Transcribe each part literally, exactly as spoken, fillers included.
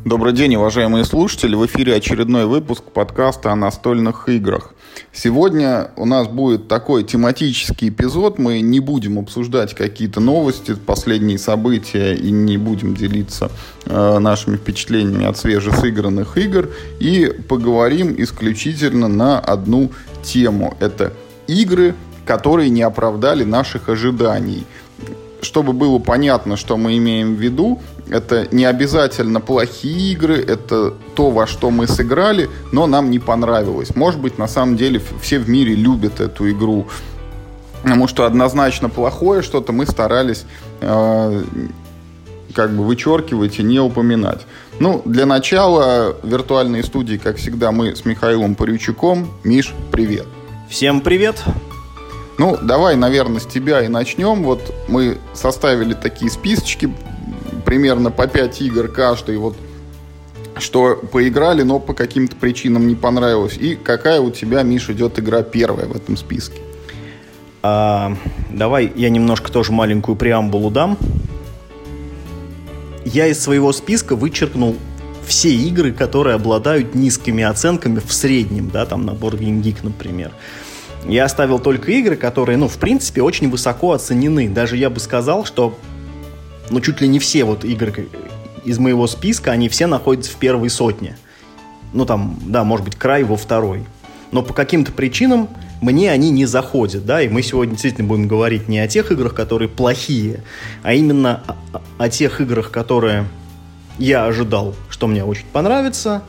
Добрый день, уважаемые слушатели. В эфире очередной выпуск подкаста о настольных играх. Сегодня у нас будет такой тематический эпизод. Мы не будем обсуждать какие-то новости, последние события и не будем делиться э, нашими впечатлениями от свежесыгранных игр. И поговорим исключительно на одну тему. Это игры, которые не оправдали наших ожиданий. Чтобы было понятно, что мы имеем в виду, это не обязательно плохие игры, это то, во что мы сыграли, но нам не понравилось. Может быть, на самом деле все в мире любят эту игру, потому что однозначно плохое что-то мы старались э, как бы вычеркивать и не упоминать. Ну, для начала в виртуальной студии, как всегда, мы с Михаилом Парючуком. Миш, привет. Всем привет. Ну, давай, наверное, с тебя и начнем. Вот мы составили такие списочки, примерно по пять игр каждый, вот, что поиграли, но по каким-то причинам не понравилось. И какая у тебя, Миш, идет игра первая в этом списке? А, давай я немножко тоже маленькую преамбулу дам. Я из своего списка вычеркнул все игры, которые обладают низкими оценками в среднем, да, там на Board Game Geek, например. Я оставил только игры, которые, ну, в принципе, очень высоко оценены. Даже я бы сказал, что, ну, чуть ли не все вот игры из моего списка, они все находятся в первой сотне. Ну, там, да, может быть, край во второй. Но по каким-то причинам мне они не заходят, да, и мы сегодня действительно будем говорить не о тех играх, которые плохие, а именно о, о тех играх, которые я ожидал, что мне очень понравится,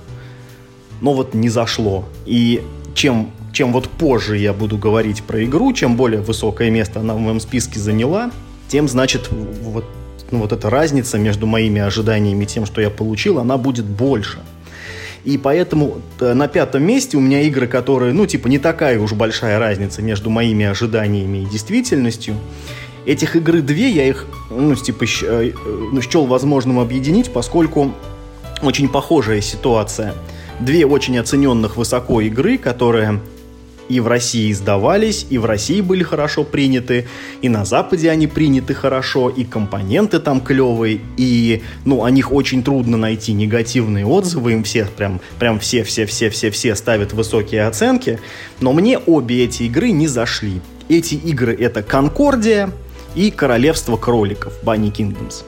но вот не зашло. И чем... Чем вот позже я буду говорить про игру, чем более высокое место она в моем списке заняла, тем, значит, вот, ну, вот эта разница между моими ожиданиями и тем, что я получил, она будет больше. И поэтому на пятом месте у меня игры, которые, ну, типа, не такая уж большая разница между моими ожиданиями и действительностью. Этих игр две, я их, ну, типа, ну, счел возможным объединить, поскольку очень похожая ситуация. Две очень оцененных высоко игры, которые... и в России издавались, и в России были хорошо приняты, и на Западе они приняты хорошо, и компоненты там клевые, и, ну, о них очень трудно найти негативные отзывы, им все прям, прям все-все-все-все-все ставят высокие оценки, но мне обе эти игры не зашли. Эти игры — это «Конкордия» и «Королевство кроликов» Bunny Kingdoms.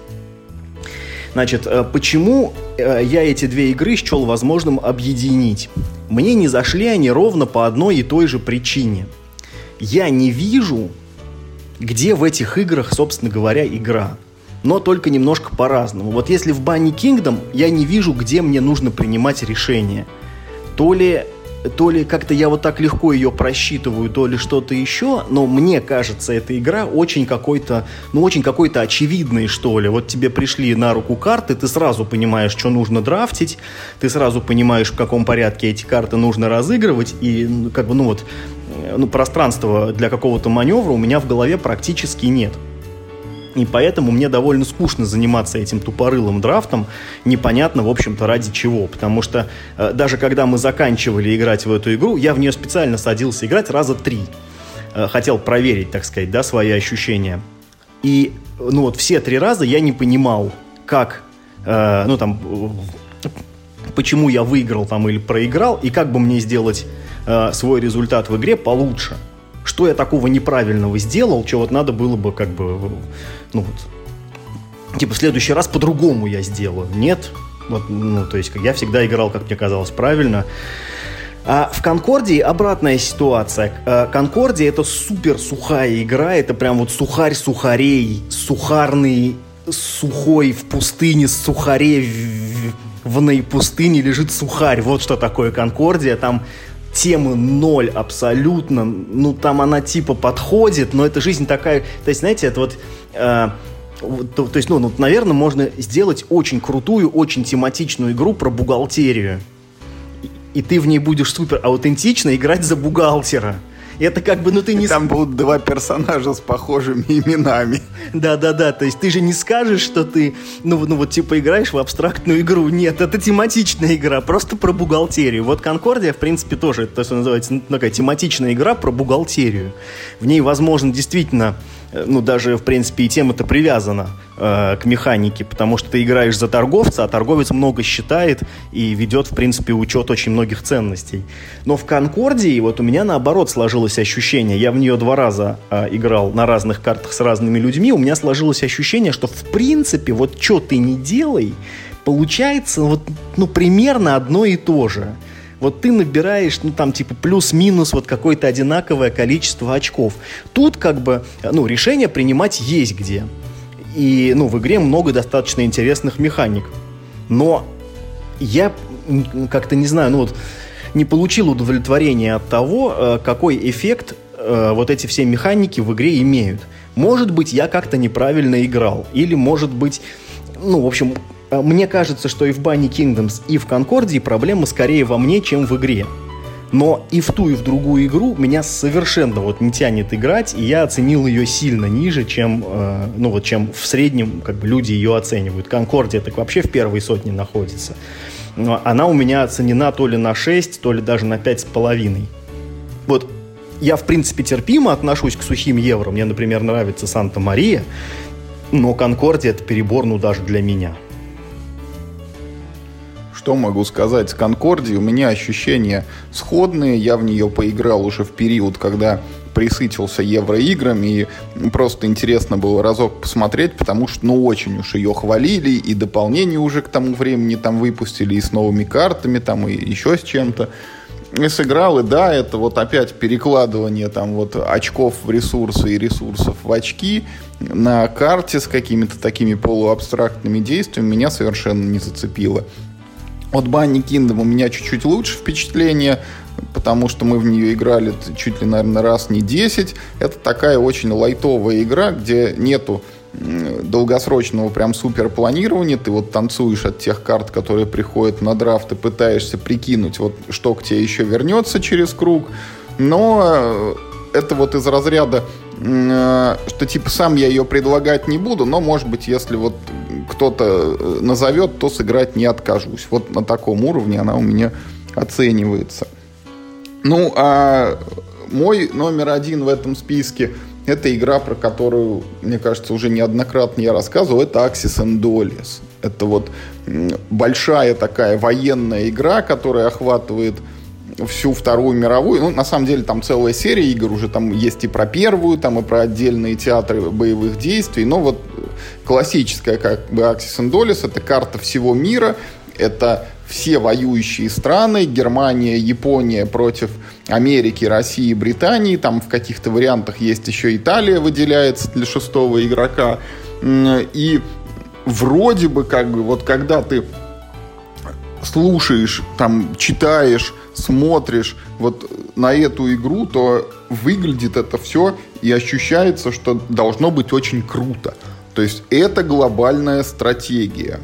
Значит, почему я эти две игры счел возможным объединить? Мне не зашли они ровно по одной и той же причине. Я не вижу, где в этих играх, собственно говоря, игра. Но только немножко по-разному. Вот если в Bunny Kingdom я не вижу, где мне нужно принимать решение. То ли... То ли как-то я вот так легко ее просчитываю, то ли что-то еще, но мне кажется, эта игра очень какой-то, ну, очень какой-то очевидной, что ли. Вот тебе пришли на руку карты, ты сразу понимаешь, что нужно драфтить, ты сразу понимаешь, в каком порядке эти карты нужно разыгрывать, и, как бы, ну вот, ну, пространства для какого-то маневра у меня в голове практически нет. И поэтому мне довольно скучно заниматься этим тупорылым драфтом, непонятно, в общем-то, ради чего. Потому что э, даже когда мы заканчивали играть в эту игру, я в нее специально садился играть раза три. Э, хотел проверить, так сказать, да, свои ощущения. И, ну вот, все три раза я не понимал, как, э, ну там, э, почему я выиграл там или проиграл, и как бы мне сделать э, свой результат в игре получше. Что я такого неправильного сделал, что вот надо было бы как бы, ну вот, типа в следующий раз по-другому я сделаю. Нет, вот, ну, то есть я всегда играл, как мне казалось, правильно. А в Конкордии обратная ситуация. Конкордия — это супер сухая игра, это прям вот сухарь сухарей, сухарный, сухой в пустыне, сухарей в, в пустыне лежит сухарь. Вот что такое Конкордия, там... Темы ноль абсолютно, ну там она типа подходит, но эта жизнь такая, то есть, знаете, это вот, э, то, то есть, ну, ну, наверное, можно сделать очень крутую, очень тематичную игру про бухгалтерию, и, и ты в ней будешь супер аутентично играть за бухгалтера. Это как бы, ну ты не... Там будут два персонажа с похожими именами. Да-да-да, то есть ты же не скажешь, что ты, ну, ну вот типа играешь в абстрактную игру. Нет, это тематичная игра, просто про бухгалтерию. Вот Конкордия, в принципе, тоже, то, что называется, ну, такая тематичная игра про бухгалтерию. В ней, возможно, действительно ну, даже, в принципе, и тема-то привязана э, к механике, потому что ты играешь за торговца, а торговец много считает и ведет, в принципе, учет очень многих ценностей. Но в Конкордии вот у меня, наоборот, сложилось ощущение, я в нее два раза э, играл на разных картах с разными людьми, у меня сложилось ощущение, что, в принципе, вот что ты не делай, получается вот, ну, примерно одно и то же. Вот ты набираешь, ну, там, типа, плюс-минус вот какое-то одинаковое количество очков. Тут, как бы, ну, решение принимать есть где. И, ну, в игре много достаточно интересных механик. Но я как-то, не знаю, ну, вот, не получил удовлетворения от того, какой эффект вот эти все механики в игре имеют. Может быть, я как-то неправильно играл. Или, может быть, ну, в общем... Мне кажется, что и в Bunny Kingdoms, и в Конкордии проблема скорее во мне, чем в игре. Но и в ту, и в другую игру меня совершенно вот не тянет играть, и я оценил ее сильно ниже, чем, э, ну вот, чем в среднем как бы люди ее оценивают. Конкордия так вообще в первой сотне находится. Но она у меня оценена то ли на шесть, то ли даже на пять с половиной. Вот я, в принципе, терпимо отношусь к сухим евро. Мне, например, нравится Санта-Мария, но Конкордия — это перебор, ну, даже для меня. Что могу сказать с Конкордией? У меня ощущения сходные. Я в нее поиграл уже в период, когда присытился евроиграми, и просто интересно было разок посмотреть, потому что, ну, очень уж ее хвалили, и дополнения уже к тому времени там выпустили, и с новыми картами, там, и еще с чем-то. И сыграл, и да, это вот опять перекладывание там вот очков в ресурсы и ресурсов в очки на карте с какими-то такими полуабстрактными действиями меня совершенно не зацепило. От Bunny Kingdom у меня чуть-чуть лучше впечатление, потому что мы в нее играли чуть ли, наверное, раз не десять. Это такая очень лайтовая игра, где нету долгосрочного прям супер планирования. Ты вот танцуешь от тех карт, которые приходят на драфт, и пытаешься прикинуть, вот что к тебе еще вернется через круг. Но это вот из разряда, что типа сам я ее предлагать не буду, но, может быть, если вот кто-то назовет, то сыграть не откажусь. Вот на таком уровне она у меня оценивается. Ну, а мой номер один в этом списке — это игра, про которую, мне кажется, уже неоднократно я рассказывал. Это Axis and Allies. Это вот большая такая военная игра, которая охватывает всю Вторую мировую. Ну, на самом деле, там целая серия игр уже. Там есть и про первую, там и про отдельные театры боевых действий. Но вот классическая, как бы, Axis and Allies — это карта всего мира. Это все воюющие страны. Германия, Япония против Америки, России, Британии. Там в каких-то вариантах есть еще Италия, выделяется для шестого игрока. И вроде бы, как бы, вот когда ты слушаешь, там, читаешь, смотришь вот на эту игру, то выглядит это все и ощущается, что должно быть очень круто. То есть это глобальная стратегия.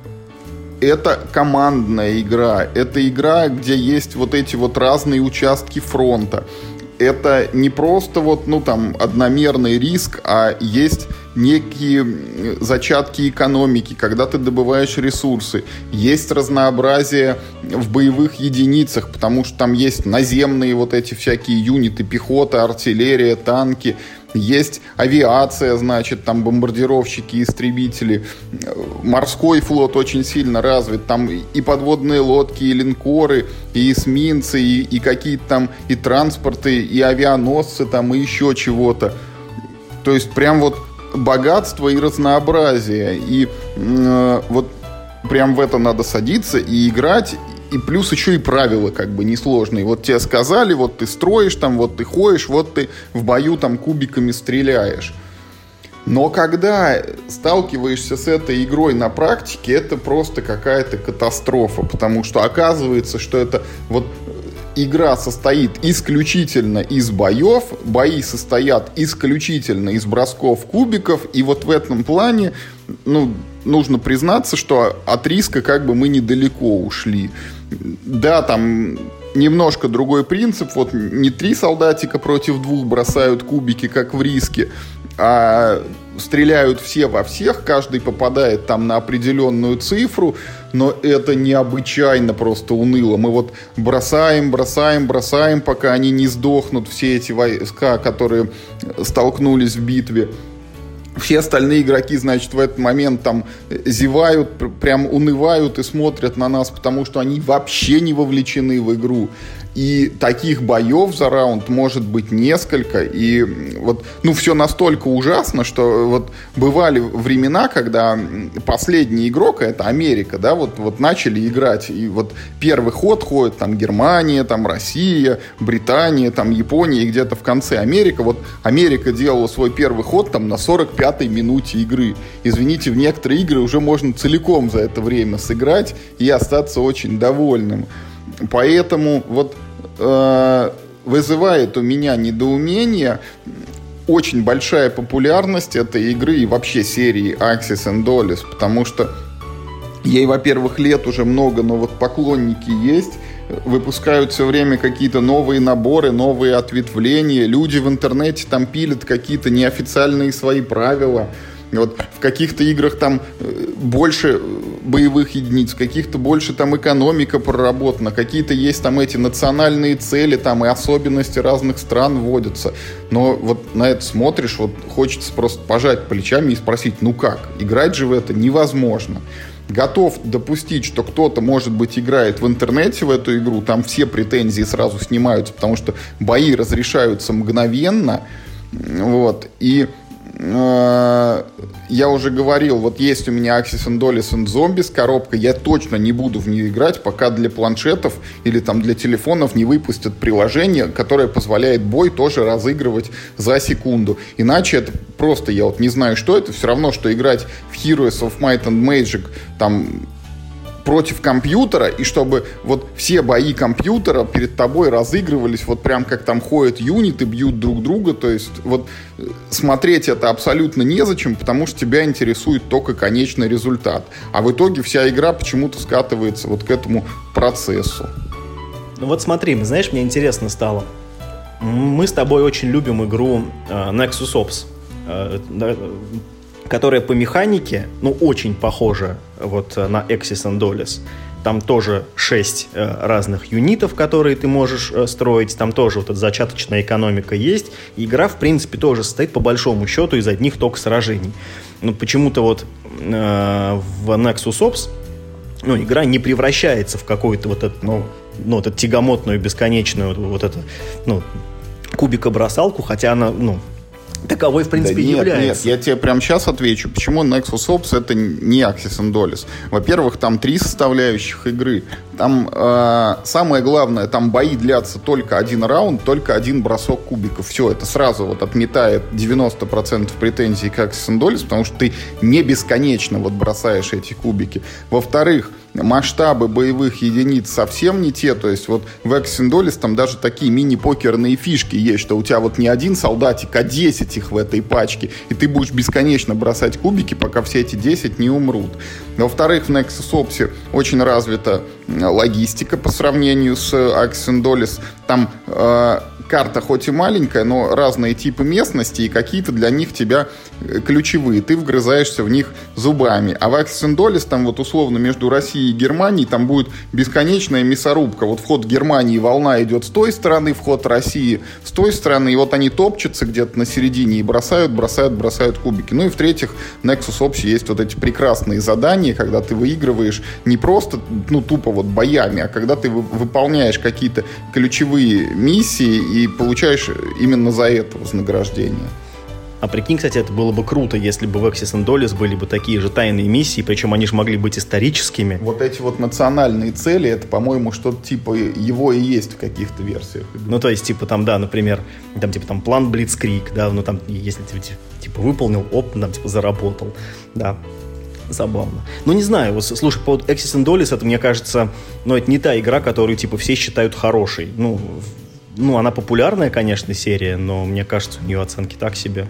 Это командная игра. Это игра, где есть вот эти вот разные участки фронта. Это не просто вот, ну, там, одномерный риск, а есть некие зачатки экономики, когда ты добываешь ресурсы. Есть разнообразие в боевых единицах, потому что там есть наземные вот эти всякие юниты, пехота, артиллерия, танки. Есть авиация, значит, там бомбардировщики, истребители. Морской флот очень сильно развит. Там и подводные лодки, и линкоры, и эсминцы, и, и какие-то там и транспорты, и авианосцы, там, и еще чего-то. То есть прям вот богатство и разнообразие. И э, вот прям в это надо садиться и играть. И плюс еще и правила как бы несложные. Вот тебе сказали, вот ты строишь там, вот ты ходишь, вот ты в бою там кубиками стреляешь. Но когда сталкиваешься с этой игрой на практике, это просто какая-то катастрофа. Потому что оказывается, что это вот игра состоит исключительно из боев, бои состоят исключительно из бросков кубиков. И вот в этом плане, ну, нужно признаться, что от риска как бы мы недалеко ушли. Да, там немножко другой принцип. Вот не три солдатика против двух бросают кубики, как в Риске, а стреляют все во всех, каждый попадает там на определенную цифру, но это необычайно просто уныло. Мы вот бросаем, бросаем, бросаем, пока они не сдохнут, все эти войска, которые столкнулись в битве. Все остальные игроки, значит, в этот момент там зевают, прям унывают и смотрят на нас, потому что они вообще не вовлечены в игру. И таких боев за раунд может быть несколько. И вот, ну, все настолько ужасно, что вот бывали времена, когда последний игрок, это Америка, да, вот, вот начали играть. И вот первый ход ходит там Германия, там Россия, Британия, там Япония, и где-то в конце Америка. Вот Америка делала свой первый ход там на сорок пятой минуте игры. Извините, в некоторые игры уже можно целиком за это время сыграть и остаться очень довольным. Поэтому вот э, вызывает у меня недоумение очень большая популярность этой игры и вообще серии Axis and Dolls, потому что ей, во-первых, лет уже много, но вот поклонники есть, выпускают все время какие-то новые наборы, новые ответвления, люди в интернете там пилят какие-то неофициальные свои правила. Вот в каких-то играх там больше боевых единиц, в каких-то больше там экономика проработана, какие-то есть там эти национальные цели там и особенности разных стран вводятся. Но вот на это смотришь, вот хочется просто пожать плечами и спросить, ну как? Играть же в это невозможно. Готов допустить, что кто-то, может быть, играет в интернете в эту игру, там все претензии сразу снимаются, потому что бои разрешаются мгновенно, вот, и я уже говорил, вот есть у меня Axis and Dolls and Zombies коробка, я точно не буду в нее играть, пока для планшетов или там для телефонов не выпустят приложение, которое позволяет бой тоже разыгрывать за секунду. Иначе это просто, я вот не знаю, что это, все равно, что играть в Heroes of Might and Magic там против компьютера, и чтобы вот все бои компьютера перед тобой разыгрывались, вот прям как там ходят юниты, бьют друг друга, то есть вот смотреть это абсолютно незачем, потому что тебя интересует только конечный результат. А в итоге вся игра почему-то скатывается вот к этому процессу. Ну вот смотри, знаешь, мне интересно стало. Мы с тобой очень любим игру uh, Nexus Ops, uh, которая по механике, ну, очень похожа вот на Axis and Dolls. Там тоже шесть э, разных юнитов, которые ты можешь э, строить. Там тоже вот эта зачаточная экономика есть. И игра, в принципе, тоже состоит по большому счету из одних только сражений. Но почему-то вот э, в Nexus Ops ну, игра не превращается в какую-то вот эту, ну, ну, вот эту тягомотную, бесконечную вот, вот эту, ну, кубикобросалку, хотя она, ну, таковой, в принципе, да нет, является. Нет, я тебе прямо сейчас отвечу, почему Nexus Ops это не Axis and Dolls. Во-первых, там три составляющих игры. Там э, самое главное, там бои длятся только один раунд, только один бросок кубиков. Все, это сразу вот отметает девяносто процентов претензий к Axis and Dolls, потому что ты не бесконечно вот бросаешь эти кубики. Во-вторых, масштабы боевых единиц совсем не те, то есть вот в Axis and Dolls там даже такие мини-покерные фишки есть, что у тебя вот не один солдатик, а десять их в этой пачке, и ты будешь бесконечно бросать кубики, пока все эти десять не умрут. Во-вторых, в Nexus Ops очень развита логистика по сравнению с Axis and Dolls. Там э, карта хоть и маленькая, но разные типы местности, и какие-то для них тебя ключевые. Ты вгрызаешься в них зубами. А в Axis and Dolls там вот условно между Россией и Германией там будет бесконечная мясорубка. Вот вход Германии, волна идет с той стороны, вход России с той стороны, и вот они топчутся где-то на середине и бросают, бросают, бросают кубики. Ну и в-третьих, в Nexus Ops есть вот эти прекрасные задания, когда ты выигрываешь не просто, ну, тупо вот боями, а когда ты выполняешь какие-то ключевые миссии и получаешь именно за это вознаграждение. А прикинь, кстати, это было бы круто, если бы в Axis and Dolls были бы такие же тайные миссии, причем они же могли быть историческими. Вот эти вот национальные цели, это, по-моему, что-то типа его и есть в каких-то версиях. Ну, то есть, типа, там, да, например, там, типа, там, план Блицкриг, да, ну, там, если ты, типа, выполнил, оп, там, типа, заработал, да. Забавно. Ну, не знаю, вот, слушай, по Axis and Dolls, это, мне кажется, ну, это не та игра, которую, типа, все считают хорошей. Ну, ну, она популярная, конечно, серия, но мне кажется, у нее оценки так себе.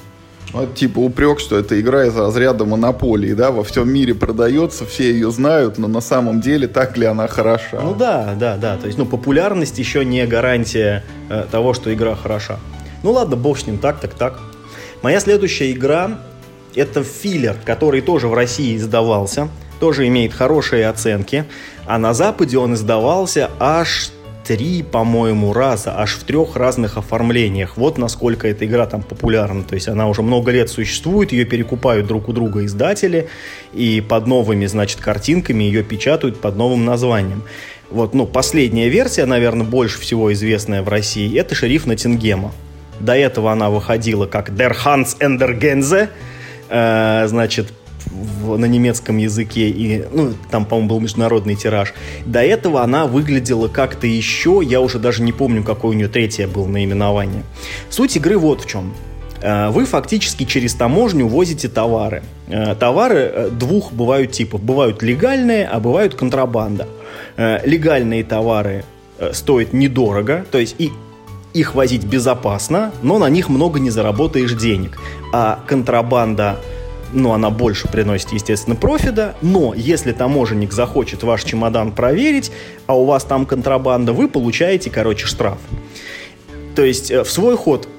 Вот типа упрек, что это игра из разряда монополии, да, во всем мире продается, все ее знают, но на самом деле так ли она хороша? Ну да, да, да, то есть, ну, популярность еще не гарантия э, того, что игра хороша. Ну ладно, бог с ним, так, так, так. Моя следующая игра — это филлер, который тоже в России издавался, тоже имеет хорошие оценки, а на Западе он издавался аж три, по-моему, раза, аж в трех разных оформлениях. Вот насколько эта игра там популярна. То есть она уже много лет существует, ее перекупают друг у друга издатели, и под новыми, значит, картинками ее печатают под новым названием. Вот, ну, последняя версия, наверное, больше всего известная в России, это «Шериф Ноттингема». До этого она выходила как «Der Hans and der Gänse», э, значит, в, на немецком языке, и, ну, там, по-моему, был международный тираж. До этого она выглядела как-то еще, я уже даже не помню, какое у нее третье было наименование. Суть игры вот в чем. Вы фактически через таможню возите товары. Товары двух бывают типов. Бывают легальные, а бывают контрабанда. Легальные товары стоят недорого, то есть и их возить безопасно, но на них много не заработаешь денег. А контрабанда, ну, она больше приносит, естественно, профита, но если таможенник захочет ваш чемодан проверить, а у вас там контрабанда, вы получаете, короче, штраф. То есть в свой ход,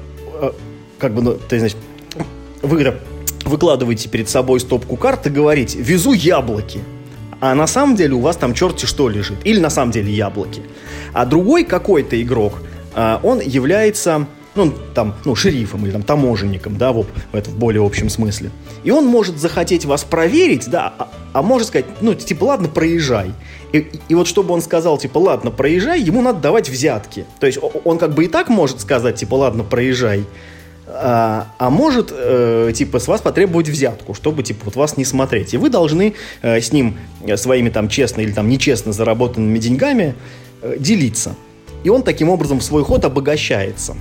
как бы, ну, то есть, значит, вы выкладываете перед собой стопку карт и говорите: «Везу яблоки». А на самом деле у вас там черти что лежит. Или на самом деле яблоки. А другой какой-то игрок, он является, ну, там, ну, шерифом или там, таможенником, да, в, в, это, в более общем смысле. И он может захотеть вас проверить, да, а, а может сказать, ну, типа, ладно, проезжай. И, и, и вот чтобы он сказал, типа, ладно, проезжай, ему надо давать взятки. То есть он как бы и так может сказать, типа, ладно, проезжай, а, а может, э, типа, с вас потребовать взятку, чтобы, типа, вот вас не смотреть. И вы должны э, с ним своими там честно или там нечестно заработанными деньгами э, делиться. И он таким образом в свой ход обогащается.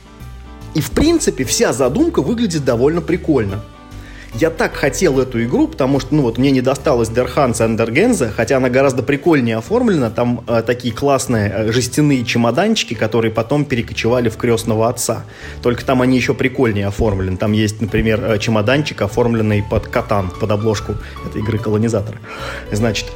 И, в принципе, вся задумка выглядит довольно прикольно. Я так хотел эту игру, потому что, ну, вот мне не досталось Der Hans and der Gänse, хотя она гораздо прикольнее оформлена. Там э, такие классные э, жестяные чемоданчики, которые потом перекочевали в «Крестного отца». Только там они еще прикольнее оформлены. Там есть, например, э, чемоданчик, оформленный под Катан, под обложку этой игры «Колонизатора». Значит,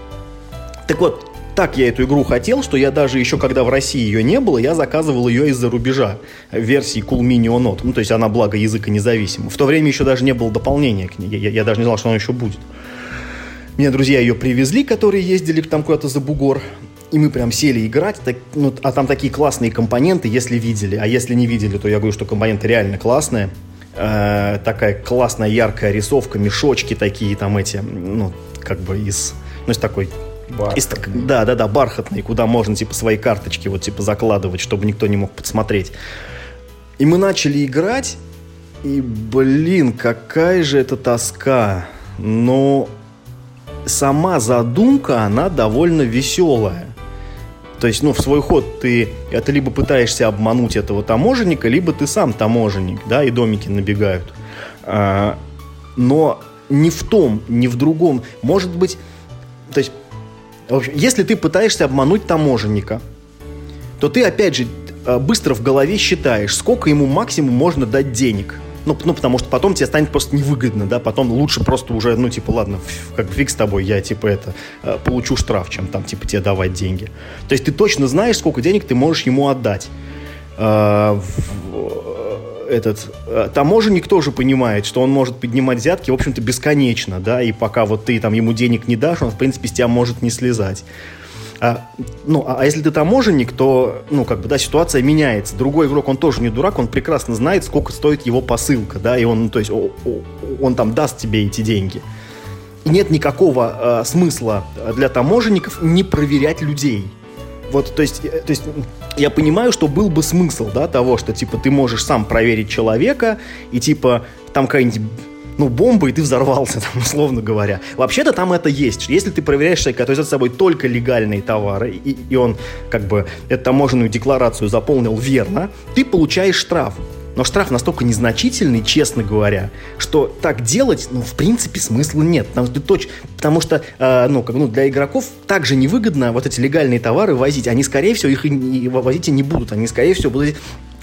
так вот, так я эту игру хотел, что я даже еще, когда в России ее не было, я заказывал ее из-за рубежа в версии Cool Mini Onod. Ну, то есть она, благо, языка независима. В то время еще даже не было дополнения к ней. Я, я даже не знал, что она еще будет. Мне друзья ее привезли, которые ездили там куда-то за бугор. И мы прям сели играть. Так, ну, а там такие классные компоненты, если видели. А если не видели, то я говорю, что компоненты реально классные. Э, такая классная яркая рисовка, мешочки такие там эти, ну, как бы из... Ну, из такой... Бархатный. Да, да, да, бархатный, куда можно, типа, свои карточки вот, типа, закладывать, чтобы никто не мог подсмотреть. И мы начали играть, и, блин, какая же это тоска. Но сама задумка, она довольно веселая. То есть, ну, в свой ход ты, ты либо пытаешься обмануть этого таможенника, либо ты сам таможенник, да, и домики набегают. А, но ни в том, ни в другом. Может быть, то есть, в общем, если ты пытаешься обмануть таможенника, то ты, опять же, быстро в голове считаешь, сколько ему максимум можно дать денег. Ну, ну, потому что потом тебе станет просто невыгодно, да, потом лучше просто уже, ну, типа, ладно, как фиг с тобой, я, типа, это, получу штраф, чем там, типа, тебе давать деньги. То есть ты точно знаешь, сколько денег ты можешь ему отдать. Этот таможенник тоже понимает, что он может поднимать взятки, в общем-то, бесконечно, да, и пока вот ты там ему денег не дашь, он, в принципе, с тебя может не слезать. А, ну, а если ты таможенник, то, ну, как бы, да, ситуация меняется. Другой игрок, он тоже не дурак, он прекрасно знает, сколько стоит его посылка, да, и он, ну, то есть, он, он там даст тебе эти деньги. И нет никакого э, смысла для таможенников не проверять людей. Вот, то есть, то есть, я понимаю, что был бы смысл, да, того, что, типа, ты можешь сам проверить человека, и, типа, там какая-нибудь, ну, бомба, и ты взорвался, там, условно говоря. Вообще-то там это есть. Если ты проверяешь человека, который взял с собой только легальные товары, и, и он, как бы, эту таможенную декларацию заполнил верно, ты получаешь штраф. Но штраф настолько незначительный, честно говоря, что так делать, ну, в принципе, смысла нет. Потому что, точ... потому что э, ну, как, ну, для игроков также невыгодно вот эти легальные товары возить. Они, скорее всего, их и возить и не будут. Они, скорее всего, будут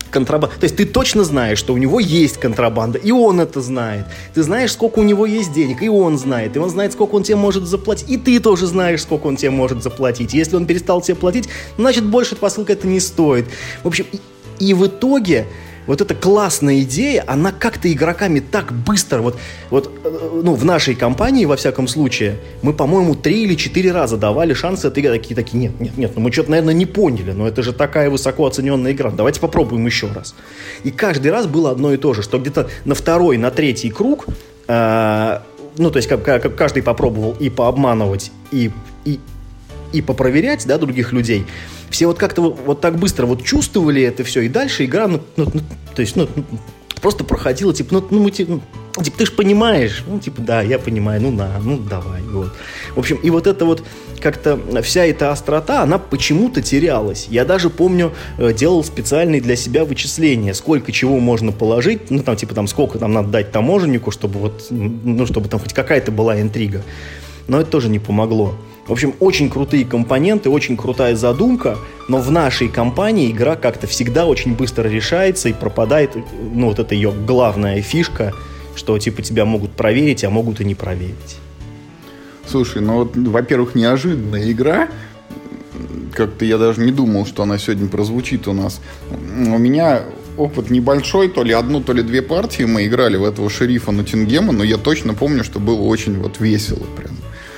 контрабанда. То есть ты точно знаешь, что у него есть контрабанда, и он это знает. Ты знаешь, сколько у него есть денег, и он знает. И он знает, сколько он тебе может заплатить, и ты тоже знаешь, сколько он тебе может заплатить. Если он перестал тебе платить, значит, больше посылка это не стоит. В общем, и, и в итоге вот эта классная идея, она как-то игроками так быстро, вот, вот, ну, в нашей компании, во всяком случае, мы, по-моему, три или четыре раза давали шансы этой игре. Такие, такие, нет, нет, нет, ну мы что-то, наверное, не поняли, но это же такая высоко оцененная игра, давайте попробуем еще раз. И каждый раз было одно и то же, что где-то на второй, на третий круг, э, ну, то есть как, как каждый попробовал и пообманывать, и, и, и попроверять, да, других людей. Все вот как-то вот, вот так быстро вот чувствовали это все, и дальше игра, ну, ну, ну то есть, ну, просто проходила, типа, ну, ну, типа, ну, типа, ты же понимаешь, ну, типа, да, я понимаю, ну, на, ну, давай, вот. В общем, и вот это вот, как-то вся эта острота, она почему-то терялась. Я даже помню, делал специальные для себя вычисления, сколько чего можно положить, ну, там, типа, там, сколько там надо дать таможеннику, чтобы вот, ну, чтобы там хоть какая-то была интрига. Но это тоже не помогло. В общем, очень крутые компоненты, очень крутая задумка, но в нашей компании игра как-то всегда очень быстро решается и пропадает, ну, вот это ее главная фишка, что, типа, тебя могут проверить, а могут и не проверить. Слушай, ну, вот, во-первых, неожиданная игра, как-то я даже не думал, что она сегодня прозвучит у нас. У меня опыт небольшой, то ли одну, то ли две партии мы играли в этого шерифа Ноттингема, но я точно помню, что было очень вот весело прям.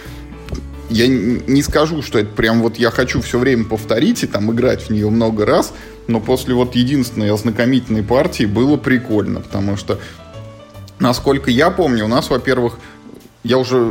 Я не скажу, что это прям вот я хочу все время повторить и там играть в нее много раз, но после вот единственной ознакомительной партии было прикольно, потому что, насколько я помню, у нас, во-первых, я уже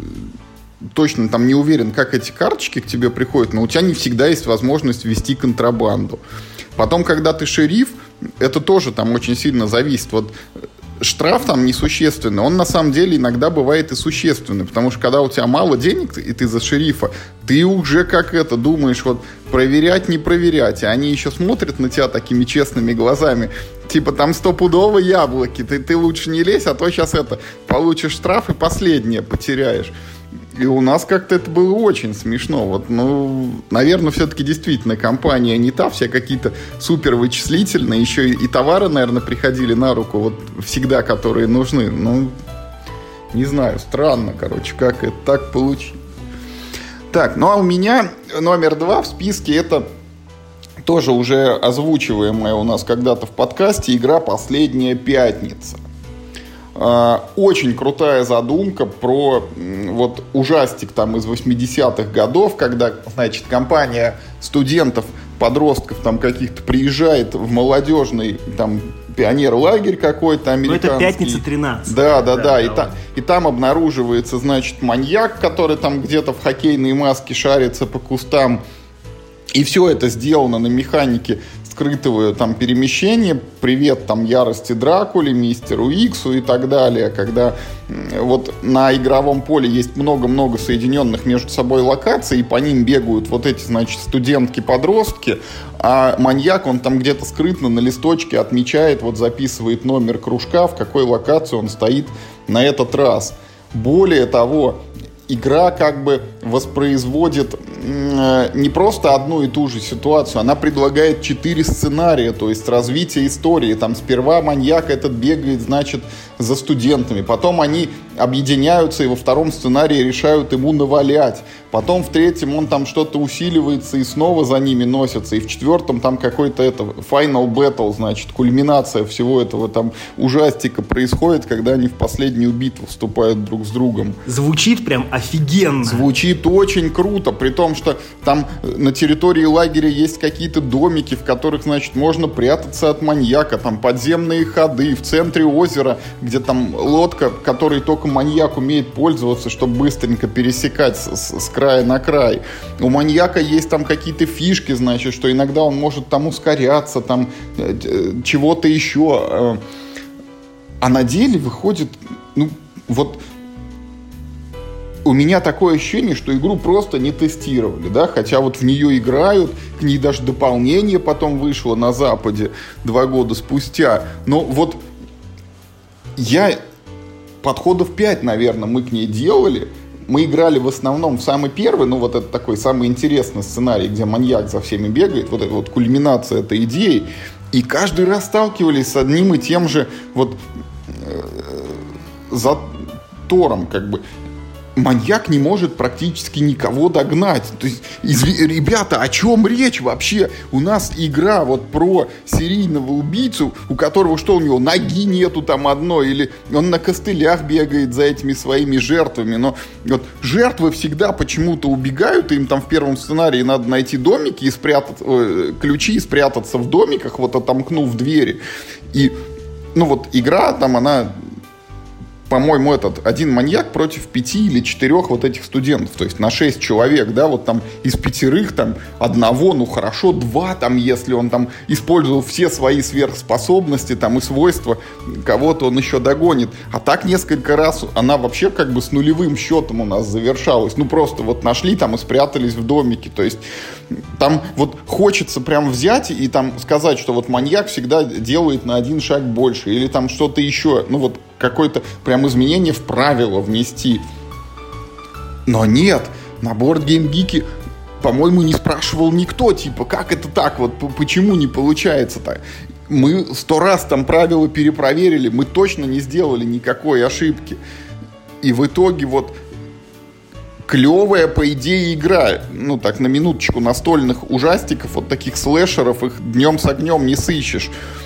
точно там не уверен, как эти карточки к тебе приходят, но у тебя не всегда есть возможность вести контрабанду. Потом, когда ты шериф, это тоже там очень сильно зависит. Вот штраф там несущественный, он на самом деле иногда бывает и существенный, потому что когда у тебя мало денег, и ты за шерифа, ты уже как это думаешь, вот проверять, не проверять, и они еще смотрят на тебя такими честными глазами, типа там стопудово яблоки, ты, ты лучше не лезь, а то сейчас это, получишь штраф и последнее потеряешь. И у нас как-то это было очень смешно. Вот, ну, наверное, все-таки действительно компания не та, все какие-то супер вычислительные, еще и, и товары, наверное, приходили на руку вот всегда, которые нужны. Ну, не знаю, странно, короче, как это так получилось. Так, ну а у меня номер два в списке это тоже уже озвучиваемая у нас когда-то в подкасте игра «Последняя пятница». Очень крутая задумка про вот ужастик там из восьмидесятых годов, когда, значит, компания студентов, подростков там каких-то приезжает в молодежный там пионер-лагерь какой-то американский. Ну, это «Пятница тринадцать». Да, да, да. да. И, та, и там обнаруживается, значит, маньяк, который там где-то в хоккейной маске шарится по кустам. И все это сделано на механике скрытого там перемещения. Привет там ярости Дракуле, мистеру Иксу и так далее. Когда вот на игровом поле есть много-много соединенных между собой локаций, и по ним бегают вот эти, значит, студентки-подростки, а маньяк, он там где-то скрытно на листочке отмечает, вот записывает номер кружка, в какой локации он стоит на этот раз. Более того, игра как бы воспроизводит не просто одну и ту же ситуацию, она предлагает четыре сценария, то есть развитие истории. Там сперва маньяк этот бегает, значит, за студентами, потом они объединяются и во втором сценарии решают ему навалять, потом в третьем он там что-то усиливается и снова за ними носится, и в четвертом там какой-то это final battle, значит, кульминация всего этого там ужастика происходит, когда они в последнюю битву вступают друг с другом. Звучит прям офигенно. Звучит очень круто, при том, что там на территории лагеря есть какие-то домики, в которых, значит, можно прятаться от маньяка, там подземные ходы, в центре озера, где там лодка, которой только маньяк умеет пользоваться, чтобы быстренько пересекать с, с, с края на край. У маньяка есть там какие-то фишки, значит, что иногда он может там ускоряться, там э, чего-то еще. А на деле выходит, ну, вот у меня такое ощущение, что игру просто не тестировали, да, хотя вот в нее играют, к ней даже дополнение потом вышло на Западе два года спустя, но вот я подходов пять, наверное, мы к ней делали, мы играли в основном в самый первый, ну вот это такой самый интересный сценарий, где маньяк за всеми бегает, вот эта вот кульминация этой идеи, И каждый раз сталкивались с одним и тем же вот э, затором, как бы. Маньяк не может практически никого догнать. То есть, изв... ребята, о чем речь вообще? У нас игра вот про серийного убийцу, у которого что, у него ноги нету там одной, или он на костылях бегает за этими своими жертвами. Но вот жертвы всегда почему-то убегают, им там в первом сценарии надо найти домики и спрятать, э, ключи и спрятаться в домиках, вот отомкнув двери. И, ну вот, игра там, она... по-моему, этот один маньяк против пяти или четырех вот этих студентов, то есть на шесть человек, да, вот там из пятерых там одного, ну хорошо, два там, если он там использовал все свои сверхспособности там и свойства, кого-то он еще догонит. А так несколько раз она вообще как бы с нулевым счетом у нас завершалась. Ну просто вот нашли там и спрятались в домике, то есть там вот хочется прям взять и там сказать, что вот маньяк всегда делает на один шаг больше, или там что-то еще, ну вот какое-то прям изменение в правила внести. Но нет, на BoardGameGeek, по-моему, не спрашивал никто, типа, как это так, вот почему не получается-то? Мы сто раз там правила перепроверили, мы точно не сделали никакой ошибки. И в итоге вот клевая, по идее, игра. Ну, так, на минуточку, настольных ужастиков, вот таких слэшеров, их днем с огнем не сыщешь.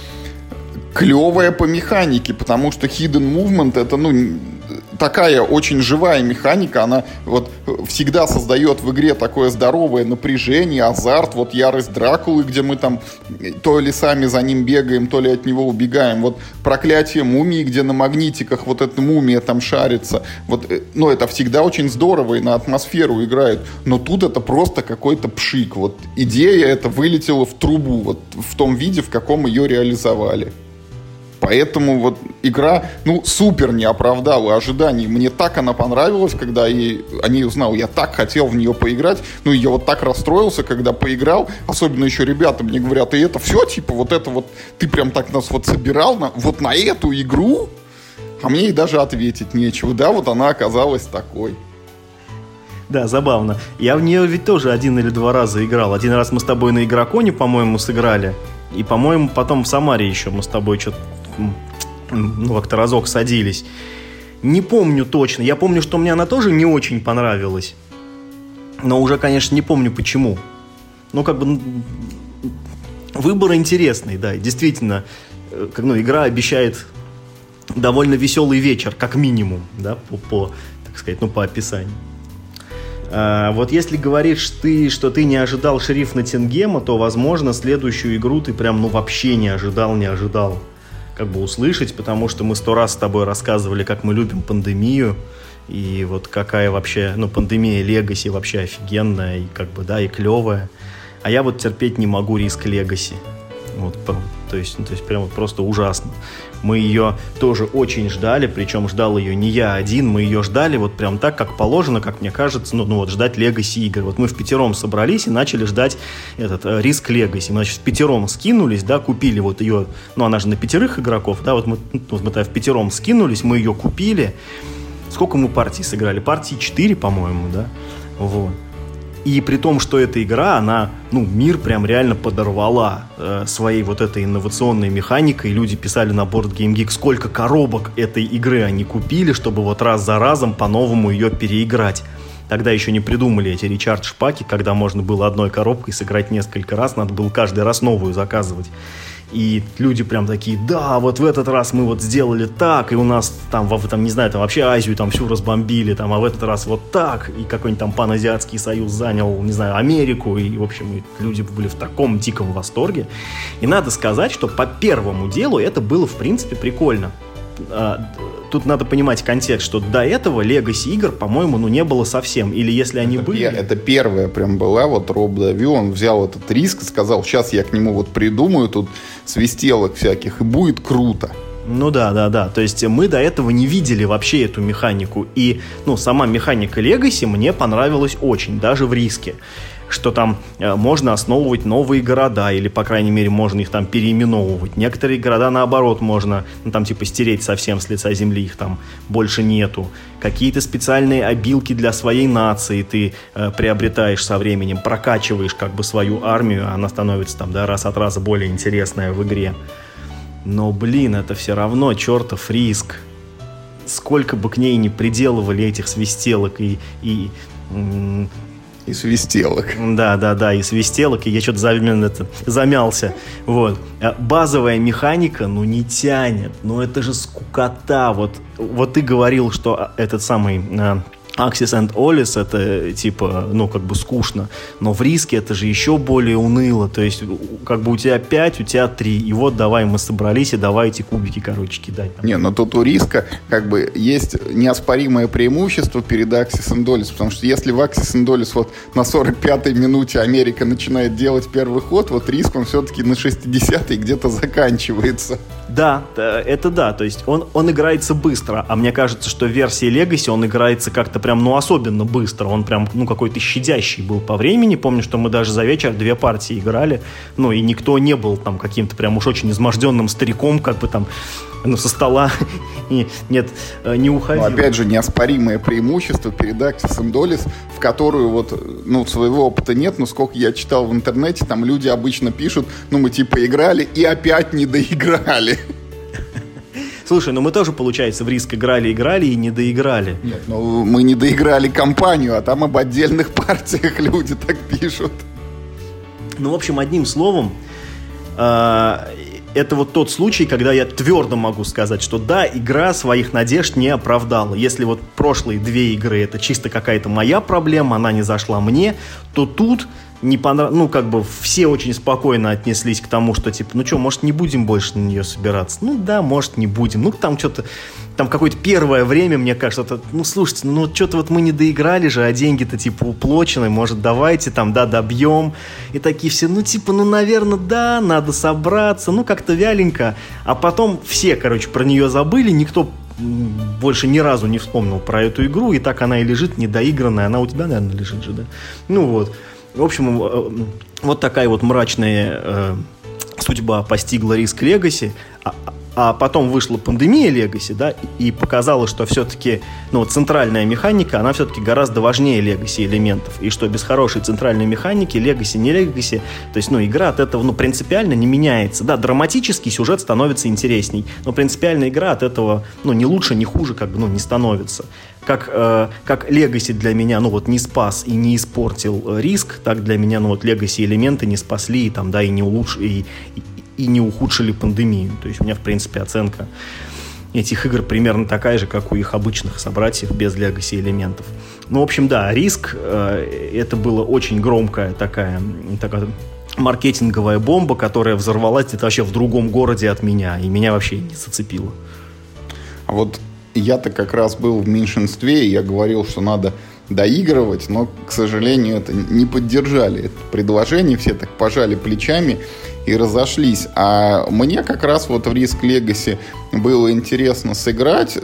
Клевая по механике, потому что Hidden Movement — это, ну, такая очень живая механика, она вот всегда создает в игре такое здоровое напряжение, азарт, вот ярость Дракулы, где мы там то ли сами за ним бегаем, то ли от него убегаем, вот проклятие мумии, где на магнитиках вот эта мумия там шарится, вот, ну, это всегда очень здорово и на атмосферу играет, но тут это просто какой-то пшик, вот идея эта вылетела в трубу, вот в том виде, в каком ее реализовали. Поэтому вот игра, ну, супер не оправдала ожиданий. Мне так она понравилась, когда я о ней узнал. Я так хотел в нее поиграть. Ну, я вот так расстроился, когда поиграл. Особенно еще ребята мне говорят, и это все, типа, вот это вот, ты прям так нас вот собирал на, вот на эту игру? А мне и даже ответить нечего. Да, вот она оказалась такой. Да, забавно. Я в нее ведь тоже один или два раза играл. Один раз мы с тобой на Игроконе, по-моему, сыграли. И, по-моему, потом в Самаре еще мы с тобой что-то, ну, как-то разок садились. Не помню точно. Я помню, что мне она тоже не очень понравилась. Но уже, конечно, не помню почему. Ну, как бы, выбор интересный, да. Действительно, ну, игра обещает довольно веселый вечер, как минимум, да, по, по так сказать, ну, по описанию. А, вот если говоришь ты, что ты не ожидал Шериф Ноттингема, то, возможно, следующую игру ты прям, ну, вообще не ожидал, не ожидал как бы услышать, потому что мы сто раз с тобой рассказывали, как мы любим пандемию, и вот какая вообще, ну, пандемия Legacy вообще офигенная, и как бы, да, и клевая. А я вот терпеть не могу риск Legacy. Вот, то есть, ну, то есть прям вот просто ужасно. Мы ее тоже очень ждали, причем ждал ее не я один, мы ее ждали вот прям так, как положено, как мне кажется, ну, ну вот ждать Legacy игр. Вот мы в пятером собрались и начали ждать этот э, риск Legacy. Мы, значит, в пятером скинулись, да, купили вот ее, ну, она же на пятерых игроков, да, вот мы, вот мы в пятером скинулись, мы ее купили. Сколько мы партий сыграли? Партии четыре, по-моему, да, вот. И при том, что эта игра, она, ну, мир прям реально подорвала э, своей вот этой инновационной механикой. Люди писали на BoardGameGeek, сколько коробок этой игры они купили, чтобы вот раз за разом по-новому ее переиграть. Тогда еще не придумали эти речардж-паки, когда можно было одной коробкой сыграть несколько раз, надо было каждый раз новую заказывать. И люди прям такие, да, вот в этот раз мы вот сделали так, и у нас там, там не знаю, там вообще Азию там всю разбомбили, там, а в этот раз вот так, и какой-нибудь там паназиатский союз занял, не знаю, Америку, и, в общем, люди были в таком диком восторге. И надо сказать, что по первому делу это было, в принципе, прикольно. Тут надо понимать контекст, что до этого Legacy игр, по-моему, ну не было совсем. Или если они это были... Пер, это первая прям была, вот Роб Давью, он взял этот риск и сказал, сейчас я к нему вот придумаю тут свистелок всяких, и будет круто. Ну да, да, да. То есть мы до этого не видели вообще эту механику. И, ну, сама механика Legacy мне понравилась очень, даже в риске. что там э, можно основывать новые города, или, по крайней мере, можно их там переименовывать. Некоторые города, наоборот, можно, ну, там, типа, стереть совсем с лица земли, их там больше нету. Какие-то специальные обилки для своей нации ты э, приобретаешь со временем, прокачиваешь, как бы, свою армию, она становится, там, да, раз от раза более интересная в игре. Но, блин, это все равно чертов риск. Сколько бы к ней ни приделывали этих свистелок и... и И свистелок. Да, да, да, и свистелок, и я что-то зам... замялся. Вот. Базовая механика, ну, не тянет. Ну, это же скукота. Вот, вот ты говорил, что этот самый Axis and Allis, это, типа, ну, как бы скучно. Но в риске это же еще более уныло. То есть, как бы у тебя пять, у тебя три. И вот давай мы собрались, и давай эти кубики, короче, кидать. Не, но тут у риска, как бы, есть неоспоримое преимущество перед Axis and Allis. Потому что если в Axis and Allis вот на сорок пятой минуте Америка начинает делать первый ход, вот риск, он все-таки на шестидесятой где-то заканчивается. Да, это да. То есть, он, он играется быстро. А мне кажется, что в версии Legacy он играется как-то прям, ну, особенно быстро. Он прям, ну, какой-то щадящий был по времени. Помню, что мы даже за вечер две партии играли. Ну, и никто не был там каким-то прям уж очень изможденным стариком, как бы там, ну, со стола и, нет, не уходил. Но, опять же, неоспоримое преимущество перед Axis and Allis, в которую вот, ну, своего опыта нет, но сколько я читал в интернете, там люди обычно пишут, ну, мы типа играли и опять не доиграли. Слушай, ну мы тоже, получается, в риск играли, играли и не доиграли. Нет, ну мы не доиграли кампанию, а там об отдельных партиях люди так пишут. Ну, в общем, одним словом, э- это вот тот случай, когда я твердо могу сказать, что да, игра своих надежд не оправдала. Если вот прошлые две игры это чисто какая-то моя проблема, она не зашла мне, то тут не понрав... ну, как бы все очень спокойно отнеслись к тому, что типа, ну что, может, не будем больше на нее собираться? Ну да, может, не будем. Ну, там что-то, там какое-то первое время, мне кажется, это, ну, слушайте, ну, что-то вот мы не доиграли же, а деньги-то, типа, уплочены, может, давайте там, да, добьем. И такие все, ну, типа, ну, наверное, да, надо собраться, ну, как-то вяленько. А потом все, короче, про нее забыли, никто больше ни разу не вспомнил про эту игру, и так она и лежит недоигранная. Она у тебя, наверное, лежит же, да? Ну, вот. В общем, вот такая вот мрачная э, судьба постигла риск Legacy, а, а потом вышла пандемия Legacy, да, и показала, что все-таки, ну, центральная механика, она все-таки гораздо важнее Legacy элементов, и что без хорошей центральной механики Legacy, не Legacy, то есть, ну, игра от этого, ну, принципиально не меняется. Да, драматический сюжет становится интересней, но принципиально игра от этого, ну, не лучше, не хуже, как бы, ну, не становится. Как, э, как Legacy для меня, ну, вот, не спас и не испортил э, риск, так для меня, ну, вот, Legacy элементы не спасли, и, там, да, и не улучшили, и, и, и не ухудшили пандемию. То есть у меня, в принципе, оценка этих игр примерно такая же, как у их обычных собратьев без Legacy элементов. Ну, в общем, да, риск, э, это была очень громкая такая, такая маркетинговая бомба, которая взорвалась где-то вообще в другом городе от меня, и меня вообще не зацепило. А вот я-то как раз был в меньшинстве, и я говорил, что надо доигрывать, но, к сожалению, это не поддержали это предложение, все так пожали плечами и разошлись. А мне как раз вот в Risk Legacy было интересно сыграть.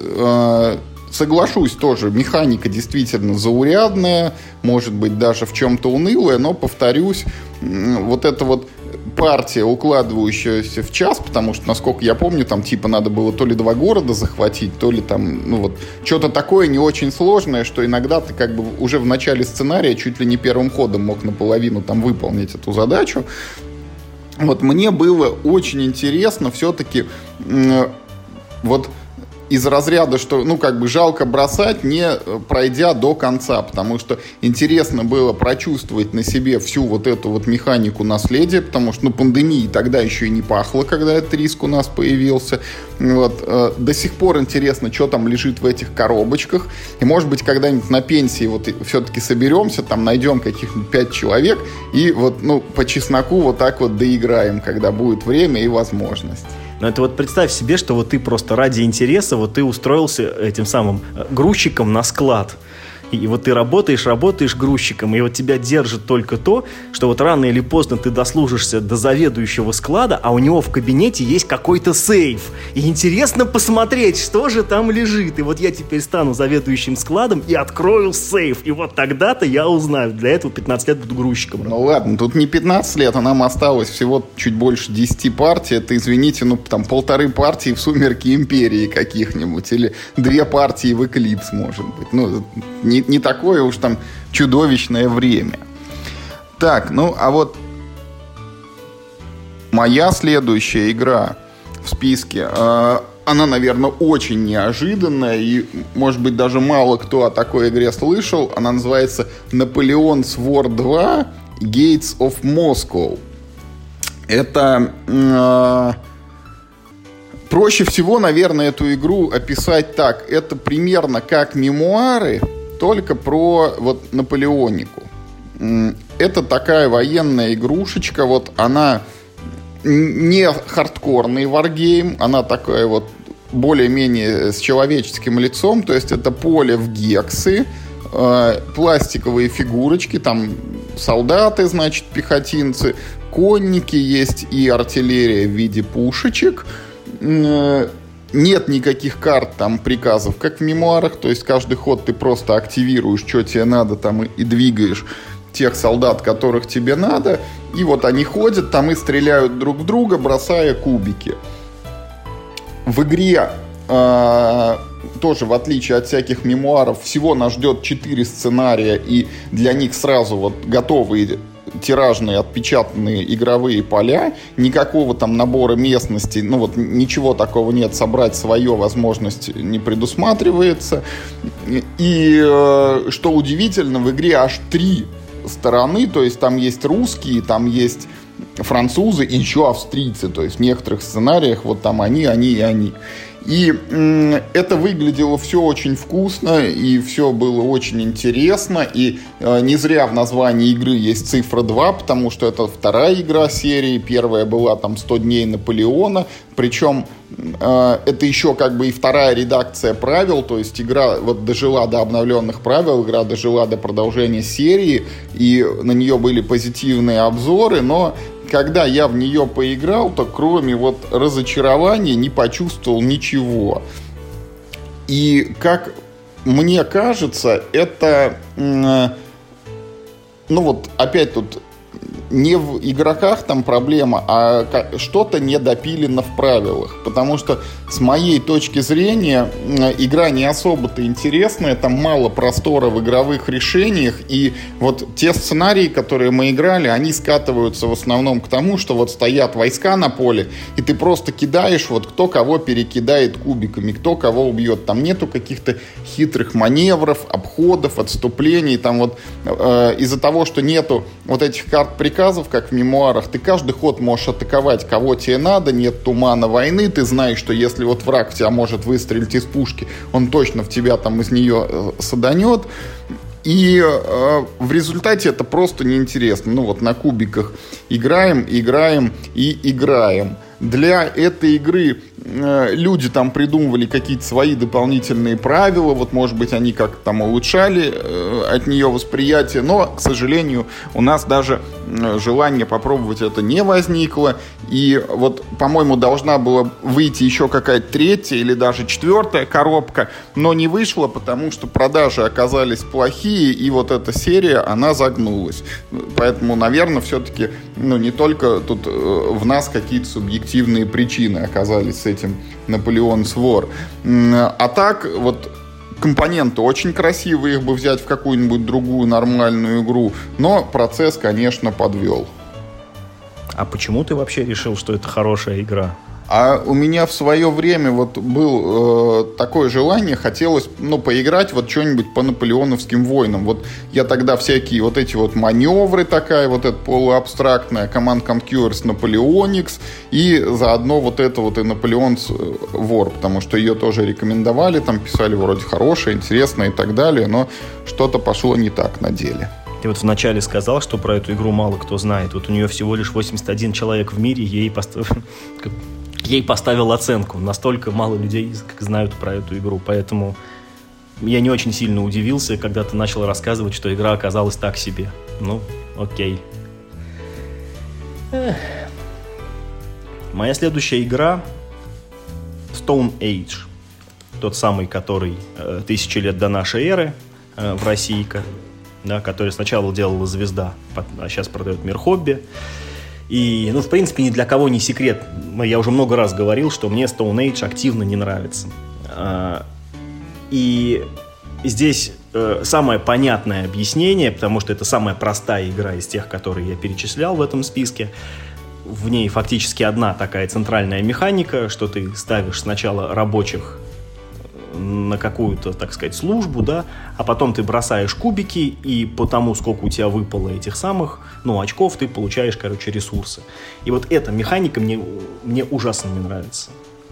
Соглашусь тоже, механика действительно заурядная, может быть, даже в чем-то унылая, но, повторюсь, вот это вот партия, укладывающаяся в час, потому что, насколько я помню, там типа надо было то ли два города захватить, то ли там, ну вот, что-то такое не очень сложное, что иногда ты как бы уже в начале сценария чуть ли не первым ходом мог наполовину там выполнить эту задачу. Вот мне было очень интересно все-таки э, вот из разряда, что, ну, как бы жалко бросать, не пройдя до конца, потому что интересно было прочувствовать на себе всю вот эту вот механику наследия, потому что, ну, пандемии тогда еще и не пахло, когда этот риск у нас появился. Вот. До сих пор интересно, что там лежит в этих коробочках, и, может быть, когда-нибудь на пенсии вот все-таки соберемся, там найдем каких-нибудь пять человек, и вот, ну, по чесноку вот так вот доиграем, когда будет время и возможность. Но это вот представь себе, что вот ты просто ради интереса, вот ты устроился этим самым грузчиком на склад. И вот ты работаешь, работаешь грузчиком, и вот тебя держит только то, что вот рано или поздно ты дослужишься до заведующего склада, а у него в кабинете есть какой-то сейф. И интересно посмотреть, что же там лежит. И вот я теперь стану заведующим складом и открою сейф. И вот тогда-то я узнаю. Для этого пятнадцать лет буду грузчиком. Ну ладно, тут не пятнадцать лет, а нам осталось всего чуть больше десяти партий. Это, извините, ну там полторы партии в «Сумерки Империи» каких-нибудь. Или две партии в «Эклипс», может быть. Ну, не, не такое уж там чудовищное время. Так, ну а вот моя следующая игра в списке, э, она, наверное, очень неожиданная, и, может быть, даже мало кто о такой игре слышал. Она называется «Napoleon's War два Gates of Moscow». Это... Э, проще всего, наверное, эту игру описать так. Это примерно как мемуары, только про вот Наполеонику. Это такая военная игрушечка, вот она... не хардкорный варгейм, она такая вот более-менее с человеческим лицом, то есть это поле в гексы, э, пластиковые фигурочки, там солдаты, значит, пехотинцы, конники есть и артиллерия в виде пушечек. Э, нет никаких карт, там, приказов, как в мемуарах, то есть каждый ход ты просто активируешь, что тебе надо, там, и, и двигаешь тех солдат, которых тебе надо, и вот они ходят там и стреляют друг в друга, бросая кубики. В игре э, тоже, в отличие от всяких мемуаров, всего нас ждет четыре сценария, и для них сразу вот готовые тиражные отпечатанные игровые поля, никакого там набора местностей, ну вот ничего такого нет, собрать свое возможность не предусматривается. И э, что удивительно, в игре аж три стороны, то есть там есть русские, там есть французы и еще австрийцы, то есть в некоторых сценариях вот там они, они и они. И м- это выглядело все очень вкусно, и все было очень интересно, и э, не зря в названии игры есть цифра два, потому что это вторая игра серии, первая была там сто дней Наполеона, причем э, это еще как бы и вторая редакция правил, то есть игра вот дожила до обновленных правил, игра дожила до продолжения серии, и на нее были позитивные обзоры, но когда я в нее поиграл, то кроме вот разочарования не почувствовал ничего. И как мне кажется, это, ну вот опять тут не в игроках там проблема, а что-то не допилено в правилах. Потому что с моей точки зрения игра не особо-то интересная, там мало простора в игровых решениях, и вот те сценарии, которые мы играли, они скатываются в основном к тому, что вот стоят войска на поле, и ты просто кидаешь, вот кто кого перекидает кубиками, кто кого убьет. Там нету каких-то хитрых маневров, обходов, отступлений. Там вот э, из-за того, что нету вот этих карт приказов, как в мемуарах, ты каждый ход можешь атаковать кого тебе надо, нет тумана войны, ты знаешь, что если вот враг в тебя может выстрелить из пушки, он точно в тебя там из нее э, саданет. И э, в результате это просто неинтересно. Ну вот на кубиках играем, играем и играем. Для этой игры э, люди там придумывали какие-то свои дополнительные правила. Вот, может быть, они как-то там улучшали э, от нее восприятие. Но, к сожалению, у нас даже э, желания попробовать это не возникло. И вот, по-моему, должна была выйти еще какая-то третья или даже четвертая коробка. Но не вышло, потому что продажи оказались плохие. И вот эта серия, она загнулась. Поэтому, наверное, все-таки ну, не только тут э, в нас какие-то субъективные причины оказались с этим Napoleon's War. А так, вот компоненты очень красивые, их бы взять в какую-нибудь другую нормальную игру, но процесс, конечно, подвел. А почему ты вообще решил, что это хорошая игра? А у меня в свое время вот было э, такое желание, хотелось, ну, поиграть вот что-нибудь по наполеоновским войнам. Вот я тогда всякие вот эти вот маневры такая, вот эта полуабстрактная Command Conquerors Napoleonics, и заодно вот это вот и Napoleon's War, потому что ее тоже рекомендовали, там писали вроде хорошая, интересная и так далее, но что-то пошло не так на деле. Ты вот вначале сказал, что про эту игру мало кто знает. Вот у нее всего лишь восемьдесят один человек в мире, ей поставил... Ей поставил оценку. Настолько мало людей знают про эту игру. Поэтому я не очень сильно удивился, когда ты начал рассказывать, что игра оказалась так себе. Ну, окей. Эх. Моя следующая игра Stone Age. Тот самый, который э, тысячи лет до нашей эры э, в России, да, который сначала делала Звезда, а сейчас продает Мир Хобби. И, ну, в принципе, ни для кого не секрет. Я уже много раз говорил, что мне Stone Age активно не нравится. И здесь самое понятное объяснение, потому что это самая простая игра из тех, которые я перечислял в этом списке. В ней фактически одна такая центральная механика, что ты ставишь сначала рабочих на какую-то, так сказать, службу, да, а потом ты бросаешь кубики, и по тому, сколько у тебя выпало этих самых, ну, очков, ты получаешь, короче, ресурсы. И вот эта механика мне, мне ужасно не нравится.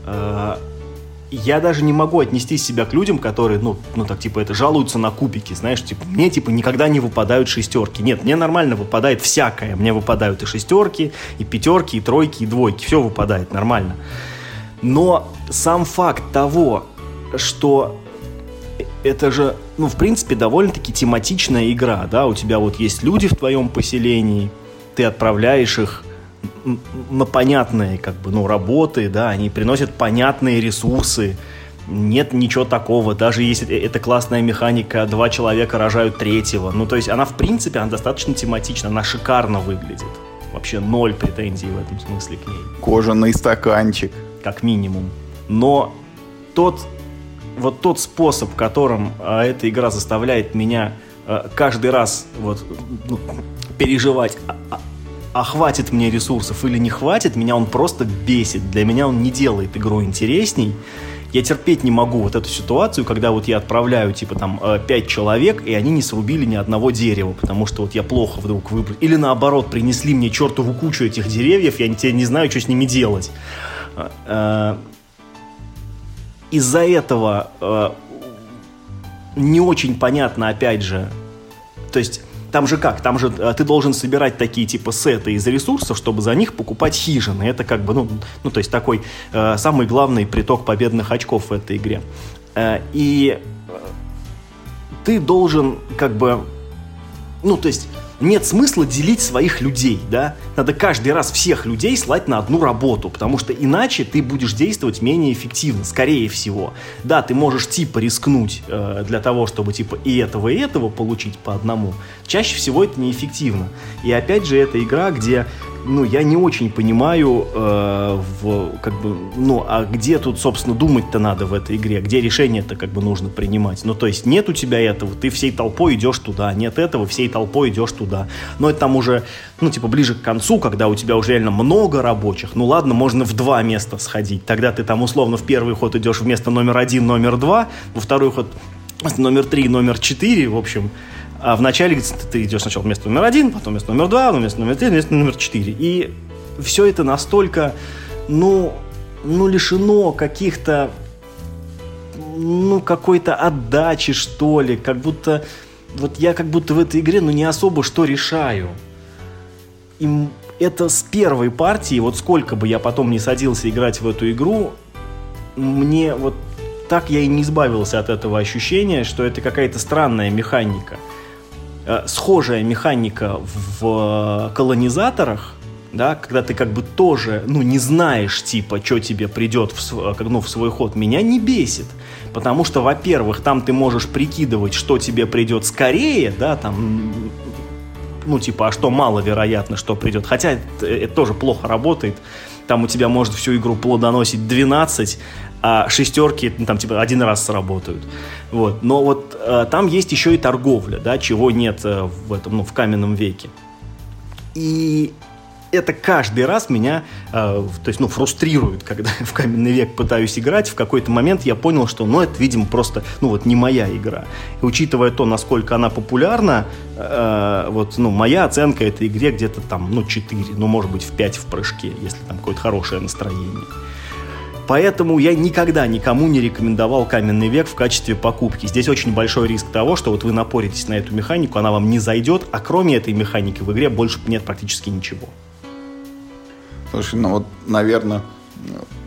Я даже не могу отнести себя к людям, которые, ну, ну, так, типа, это жалуются на кубики, знаешь, типа, мне, типа, никогда не выпадают шестерки. Нет, мне нормально выпадает всякое. Мне выпадают и шестерки, и пятерки, и тройки, и двойки. Все выпадает нормально. Но сам факт того, что это же, ну, в принципе, довольно-таки тематичная игра, да, у тебя вот есть люди в твоем поселении, ты отправляешь их на понятные, как бы, ну, работы, да, они приносят понятные ресурсы, нет ничего такого, даже если это классная механика, два человека рожают третьего, ну, то есть она, в принципе, она достаточно тематична, она шикарно выглядит, вообще ноль претензий в этом смысле к ней. Кожаный стаканчик. Как минимум. Но тот, вот тот способ, которым а, эта игра заставляет меня а, каждый раз вот, ну, переживать, а, а, а хватит мне ресурсов или не хватит, меня он просто бесит. Для меня он не делает игру интересней. Я терпеть не могу вот эту ситуацию, когда вот я отправляю, типа, там, пять человек, и они не срубили ни одного дерева, потому что вот я плохо вдруг выбрал. Или наоборот, принесли мне чертову кучу этих деревьев, я не, не знаю, что с ними делать. Из-за этого не очень понятно, опять же, то есть там же как, там же ты должен собирать такие типа сеты из ресурсов, чтобы за них покупать хижины. Это как бы, ну, ну то есть такой э, самый главный приток победных очков в этой игре. Э, и ты должен как бы, ну то есть нет смысла делить своих людей, да? Надо каждый раз всех людей слать на одну работу, потому что иначе ты будешь действовать менее эффективно, скорее всего. Да, ты можешь типа рискнуть э, для того, чтобы типа и этого, и этого получить по одному. Чаще всего это неэффективно. И опять же, это игра, где, ну, я не очень понимаю, э, в, как бы, ну, а где тут, собственно, думать-то надо в этой игре, где решение-то как бы нужно принимать. Ну, то есть нет у тебя этого, ты всей толпой идешь туда, нет этого, всей толпой идешь туда. Да. Но это там уже, ну, типа, ближе к концу, когда у тебя уже реально много рабочих. Ну, ладно, можно в два места сходить. Тогда ты там, условно, в первый ход идешь вместо номер один, номер два, во второй ход номер три, номер четыре, в общем. А в начале ты идешь сначала вместо номер один, потом вместо номер два, вместо номер три, вместо номер четыре. И все это настолько, ну, ну, лишено каких-то, ну, какой-то отдачи, что ли, как будто... Вот я как будто в этой игре, ну, не особо что решаю. И это с первой партии, вот сколько бы я потом не садился играть в эту игру, мне вот так я и не избавился от этого ощущения, что это какая-то странная механика. Схожая механика в колонизаторах, да, когда ты как бы тоже, ну, не знаешь, типа, что тебе придет в, ну, в свой ход, меня не бесит. Потому что, во-первых, там ты можешь прикидывать, что тебе придет скорее, да, там, ну, типа, а что маловероятно, что придет. Хотя это, это тоже плохо работает. Там у тебя может всю игру плодоносить двенадцать, а шестерки, ну, там, типа, один раз сработают. Вот. Но вот э, там есть еще и торговля, да, чего нет э, в этом, ну, в каменном веке. И это каждый раз меня, э, то есть, ну, фрустрирует, когда в каменный век пытаюсь играть. В какой-то момент я понял, что, ну, это, видимо, просто, ну, вот не моя игра. И учитывая то, насколько она популярна, э, вот, ну, моя оценка этой игре где-то там, ну, четыре, ну, может быть, в пять в прыжке, если там какое-то хорошее настроение. Поэтому я никогда никому не рекомендовал каменный век в качестве покупки. Здесь очень большой риск того, что вот вы напоритесь на эту механику, она вам не зайдет, а кроме этой механики в игре больше нет практически ничего. Слушай, ну вот, наверное,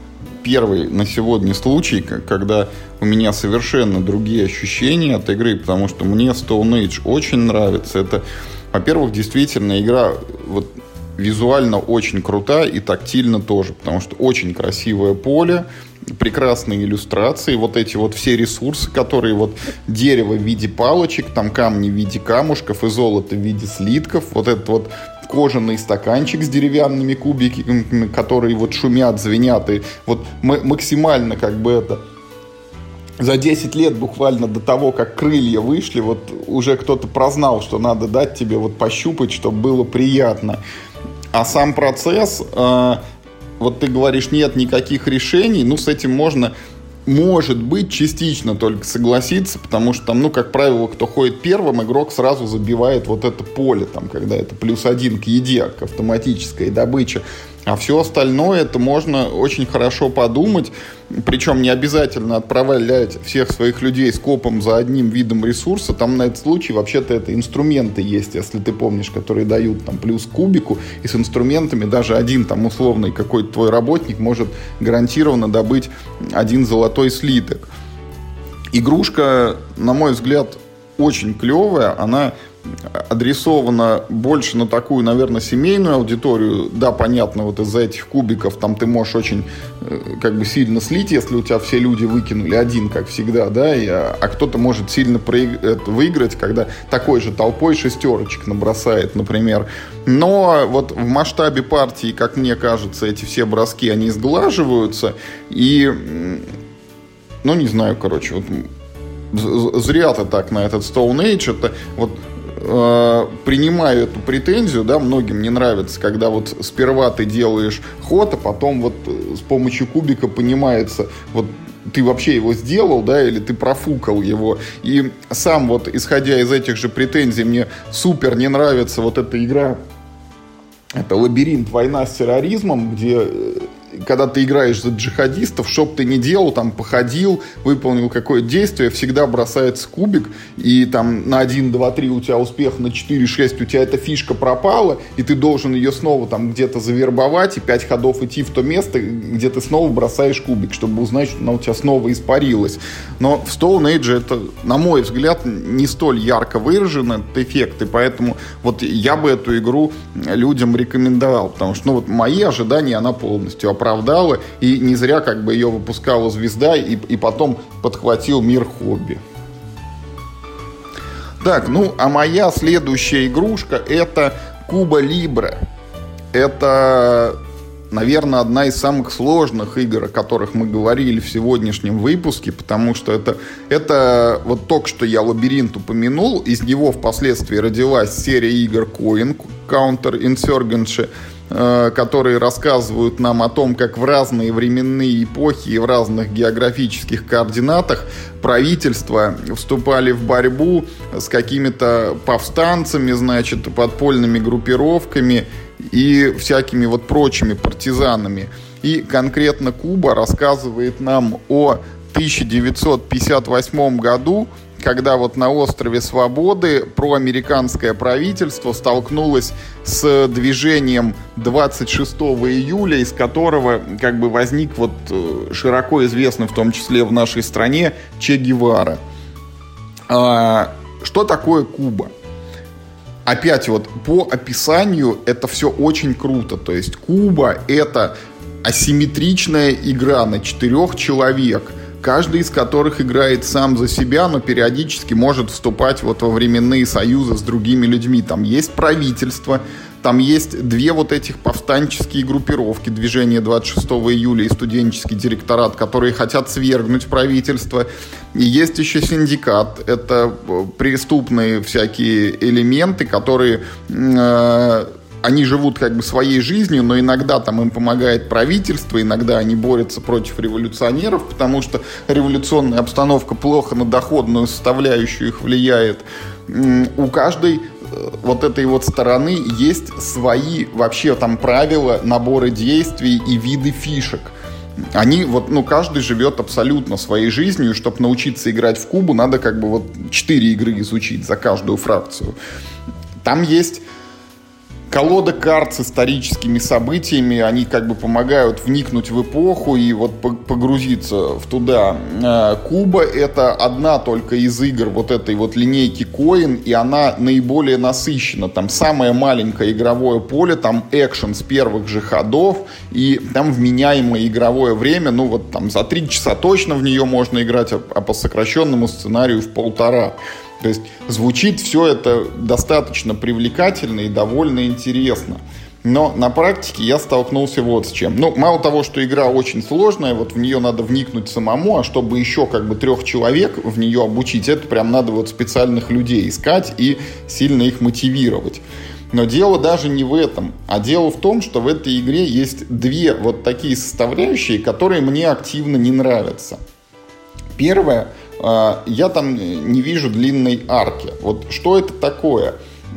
первый на сегодня случай, когда у меня совершенно другие ощущения от игры, потому что мне Stone Age очень нравится. Это, во-первых, действительно игра вот, визуально очень крутая и тактильно тоже, потому что очень красивое поле, прекрасные иллюстрации, вот эти вот все ресурсы, которые вот дерево в виде палочек, там камни в виде камушков и золото в виде слитков, вот этот вот кожаный стаканчик с деревянными кубиками, которые вот шумят, звенят, и вот максимально как бы это... За десять лет буквально до того, как крылья вышли, вот уже кто-то прознал, что надо дать тебе вот пощупать, чтобы было приятно. А сам процесс... Э- Вот ты говоришь, нет никаких решений, ну, с этим можно, может быть, частично только согласиться, потому что там, ну, как правило, кто ходит первым, игрок сразу забивает вот это поле, там, когда это плюс один к еде, к автоматической добыче. А все остальное, это можно очень хорошо подумать, причем не обязательно отправлять всех своих людей скопом за одним видом ресурса. Там на этот случай вообще-то это инструменты есть, если ты помнишь, которые дают там плюс кубику, и с инструментами даже один там условный какой-то твой работник может гарантированно добыть один золотой слиток. Игрушка, на мой взгляд, очень клевая, она адресована больше на такую, наверное, семейную аудиторию. Да, понятно, вот из-за этих кубиков там ты можешь очень как бы сильно слить, если у тебя все люди выкинули один, как всегда, да, и, а, а кто-то может сильно проиг... это, выиграть, когда такой же толпой шестерочек набросает, например. Но вот в масштабе партии, как мне кажется, эти все броски, они сглаживаются, и, ну, не знаю, короче, вот зря ты так на этот Stone Age, это вот принимаю эту претензию, да, многим не нравится, когда вот сперва ты делаешь ход, а потом вот с помощью кубика понимается, вот ты вообще его сделал, да, или ты профукал его. И сам вот, исходя из этих же претензий, мне супер не нравится вот эта игра, это «Лабиринт. Война с терроризмом», где... Когда ты играешь за джихадистов, что бы ты ни делал, там, походил, выполнил какое-то действие, всегда бросается кубик, и там на один, два, три у тебя успех, на четыре, шесть у тебя эта фишка пропала, и ты должен ее снова там где-то завербовать, и пять ходов идти в то место, где ты снова бросаешь кубик, чтобы узнать, что она у тебя снова испарилась. Но в Stone Age это, на мой взгляд, не столь ярко выражен этот эффект, и поэтому вот я бы эту игру людям рекомендовал, потому что, ну, вот мои ожидания она полностью оправдала, и не зря как бы ее выпускала «Звезда», и, и потом подхватил мир хобби. Так, ну, а моя следующая игрушка — это Куба Либре. Это, наверное, одна из самых сложных игр, о которых мы говорили в сегодняшнем выпуске, потому что это, это вот только что я «Лабиринт» упомянул, из него впоследствии родилась серия игр Coin, Counter Insurgency, которые рассказывают нам о том, как в разные временные эпохи и в разных географических координатах правительства вступали в борьбу с какими-то повстанцами, значит, подпольными группировками и всякими вот прочими партизанами. И конкретно Куба рассказывает нам о тысяча девятьсот пятьдесят восьмом году, когда вот на острове Свободы проамериканское правительство столкнулось с движением двадцать шестого июля, из которого как бы возник вот широко известный, в том числе в нашей стране, Че Гевара. А, что такое Куба? Опять вот по описанию это все очень круто. То есть Куба — это асимметричная игра на четырех человек, каждый из которых играет сам за себя, но периодически может вступать вот во временные союзы с другими людьми. Там есть правительство, там есть две вот этих повстанческие группировки, движение двадцать шестого июля и студенческий директорат, которые хотят свергнуть правительство. И есть еще синдикат, это преступные всякие элементы, которые... Э- Они живут как бы своей жизнью, но иногда там им помогает правительство, иногда они борются против революционеров, потому что революционная обстановка плохо на доходную составляющую их влияет. У каждой вот этой вот стороны есть свои вообще там правила, наборы действий и виды фишек. Они вот, ну, каждый живет абсолютно своей жизнью, и чтобы научиться играть в Кубу, надо как бы вот четыре игры изучить за каждую фракцию. Там есть... колода карт с историческими событиями, они как бы помогают вникнуть в эпоху и вот погрузиться в туда. Куба — это одна только из игр вот этой вот линейки Coin, и она наиболее насыщена. Там самое маленькое игровое поле, там экшен с первых же ходов, и там вменяемое игровое время, ну вот там за три часа точно в нее можно играть, а по сокращенному сценарию в полтора. То есть звучит все это достаточно привлекательно и довольно интересно. Но на практике я столкнулся вот с чем. Ну, мало того, что игра очень сложная, вот в нее надо вникнуть самому, а чтобы еще как бы трех человек в нее обучить, это прям надо вот специальных людей искать и сильно их мотивировать. Но дело даже не в этом, а дело в том, что в этой игре есть две вот такие составляющие, которые мне активно не нравятся. Первое, я там не вижу длинной арки. Вот что это такое?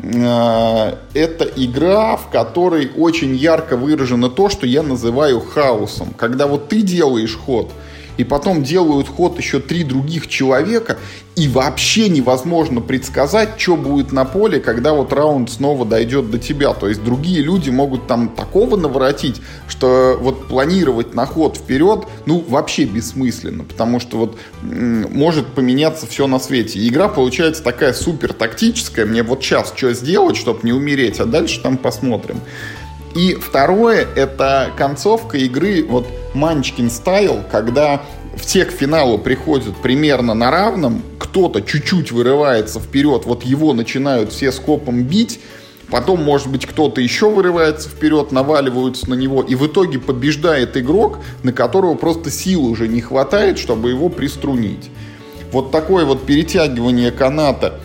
Это игра, в которой очень ярко выражено то, что я называю хаосом. Когда вот ты делаешь ход, и потом делают ход еще три других человека, и вообще невозможно предсказать, что будет на поле, когда вот раунд снова дойдет до тебя. То есть другие люди могут там такого наворотить, что вот планировать на ход вперед, ну, вообще бессмысленно, потому что вот м- может поменяться все на свете. И игра получается такая супер тактическая, мне вот сейчас что сделать, чтобы не умереть, а дальше там посмотрим. И второе, это концовка игры, вот Munchkin Style, когда все к финалу приходят примерно на равном, кто-то чуть-чуть вырывается вперед, вот его начинают все скопом бить, потом, может быть, кто-то еще вырывается вперед, наваливаются на него, и в итоге побеждает игрок, на которого просто сил уже не хватает, чтобы его приструнить. Вот такое вот перетягивание каната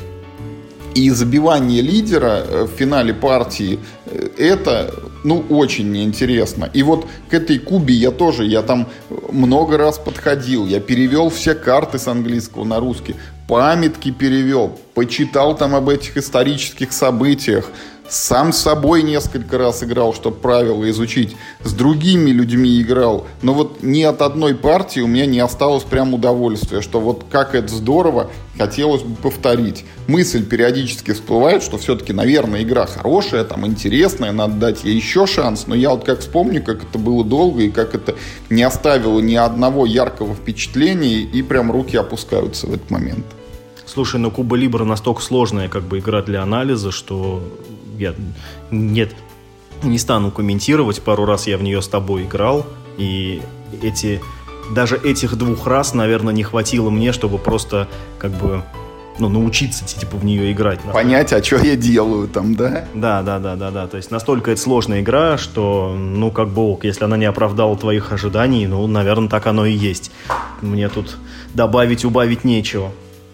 и забивание лидера в финале партии, это, ну, очень неинтересно. И вот к этой Кубе я тоже, я там много раз подходил, я перевел все карты с английского на русский, памятки перевел, почитал там об этих исторических событиях, сам с собой несколько раз играл, чтобы правила изучить, с другими людьми играл, но вот ни от одной партии у меня не осталось прям удовольствия, что вот как это здорово, хотелось бы повторить. Мысль периодически всплывает, что все-таки, наверное, игра хорошая, там интересная, надо дать ей еще шанс, но я вот как вспомню, как это было долго и как это не оставило ни одного яркого впечатления, и прям руки опускаются в этот момент. Слушай, ну Куба Либра настолько сложная как бы игра для анализа, что я нет, не стану комментировать. Пару раз я в нее с тобой играл, и эти, даже этих двух раз, наверное, не хватило мне, чтобы просто как бы, ну, научиться типа в нее играть. Понять, а что я делаю там, да? Да, да, да, да, да. То есть настолько это сложная игра, что, ну, как бы, ок, если она не оправдала твоих ожиданий, ну, наверное, так оно и есть. Мне тут добавить, убавить нечего.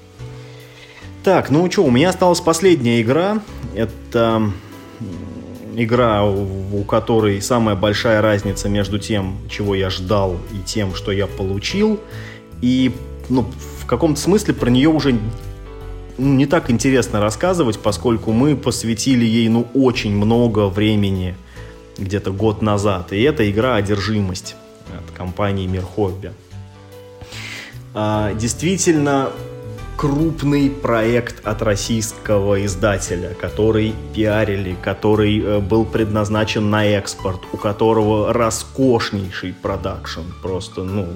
Так, ну что, у меня осталась последняя игра. Это игра, у которой самая большая разница между тем, чего я ждал, и тем, что я получил. И, ну, в каком-то смысле про нее уже не так интересно рассказывать, поскольку мы посвятили ей, ну, очень много времени, где-то год назад. И это игра «Одержимость» от компании Мир Хобби. А, действительно крупный проект от российского издателя, который пиарили, который э, был предназначен на экспорт, у которого роскошнейший продакшн, просто, ну,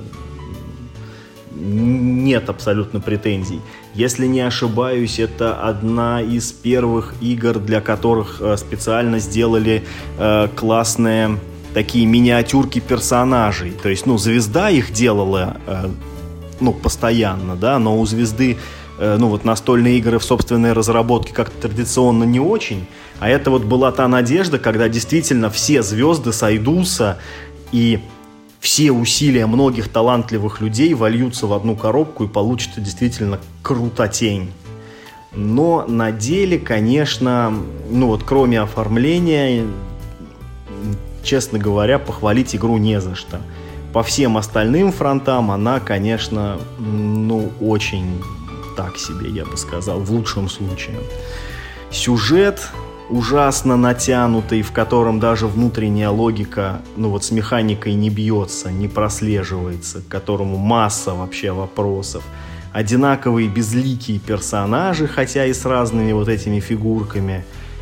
нет абсолютно претензий. Если не ошибаюсь, это одна из первых игр, для которых э, специально сделали э, классные такие миниатюрки персонажей. То есть, ну, звезда их делала э, ну, постоянно, да, но у звезды, э, ну, вот настольные игры в собственной разработке как-то традиционно не очень, а это вот была та надежда, когда действительно все звезды сойдутся, и все усилия многих талантливых людей вольются в одну коробку, и получится действительно крутотень. Но на деле, конечно, ну вот кроме оформления, честно говоря, похвалить игру не за что. По всем остальным фронтам она, конечно, ну, очень так себе, я бы сказал, в лучшем случае. Сюжет ужасно натянутый, в котором даже внутренняя логика, ну вот с механикой не бьется, не прослеживается, к которому масса вообще вопросов. Одинаковые безликие персонажи, хотя и с разными вот этими фигурками.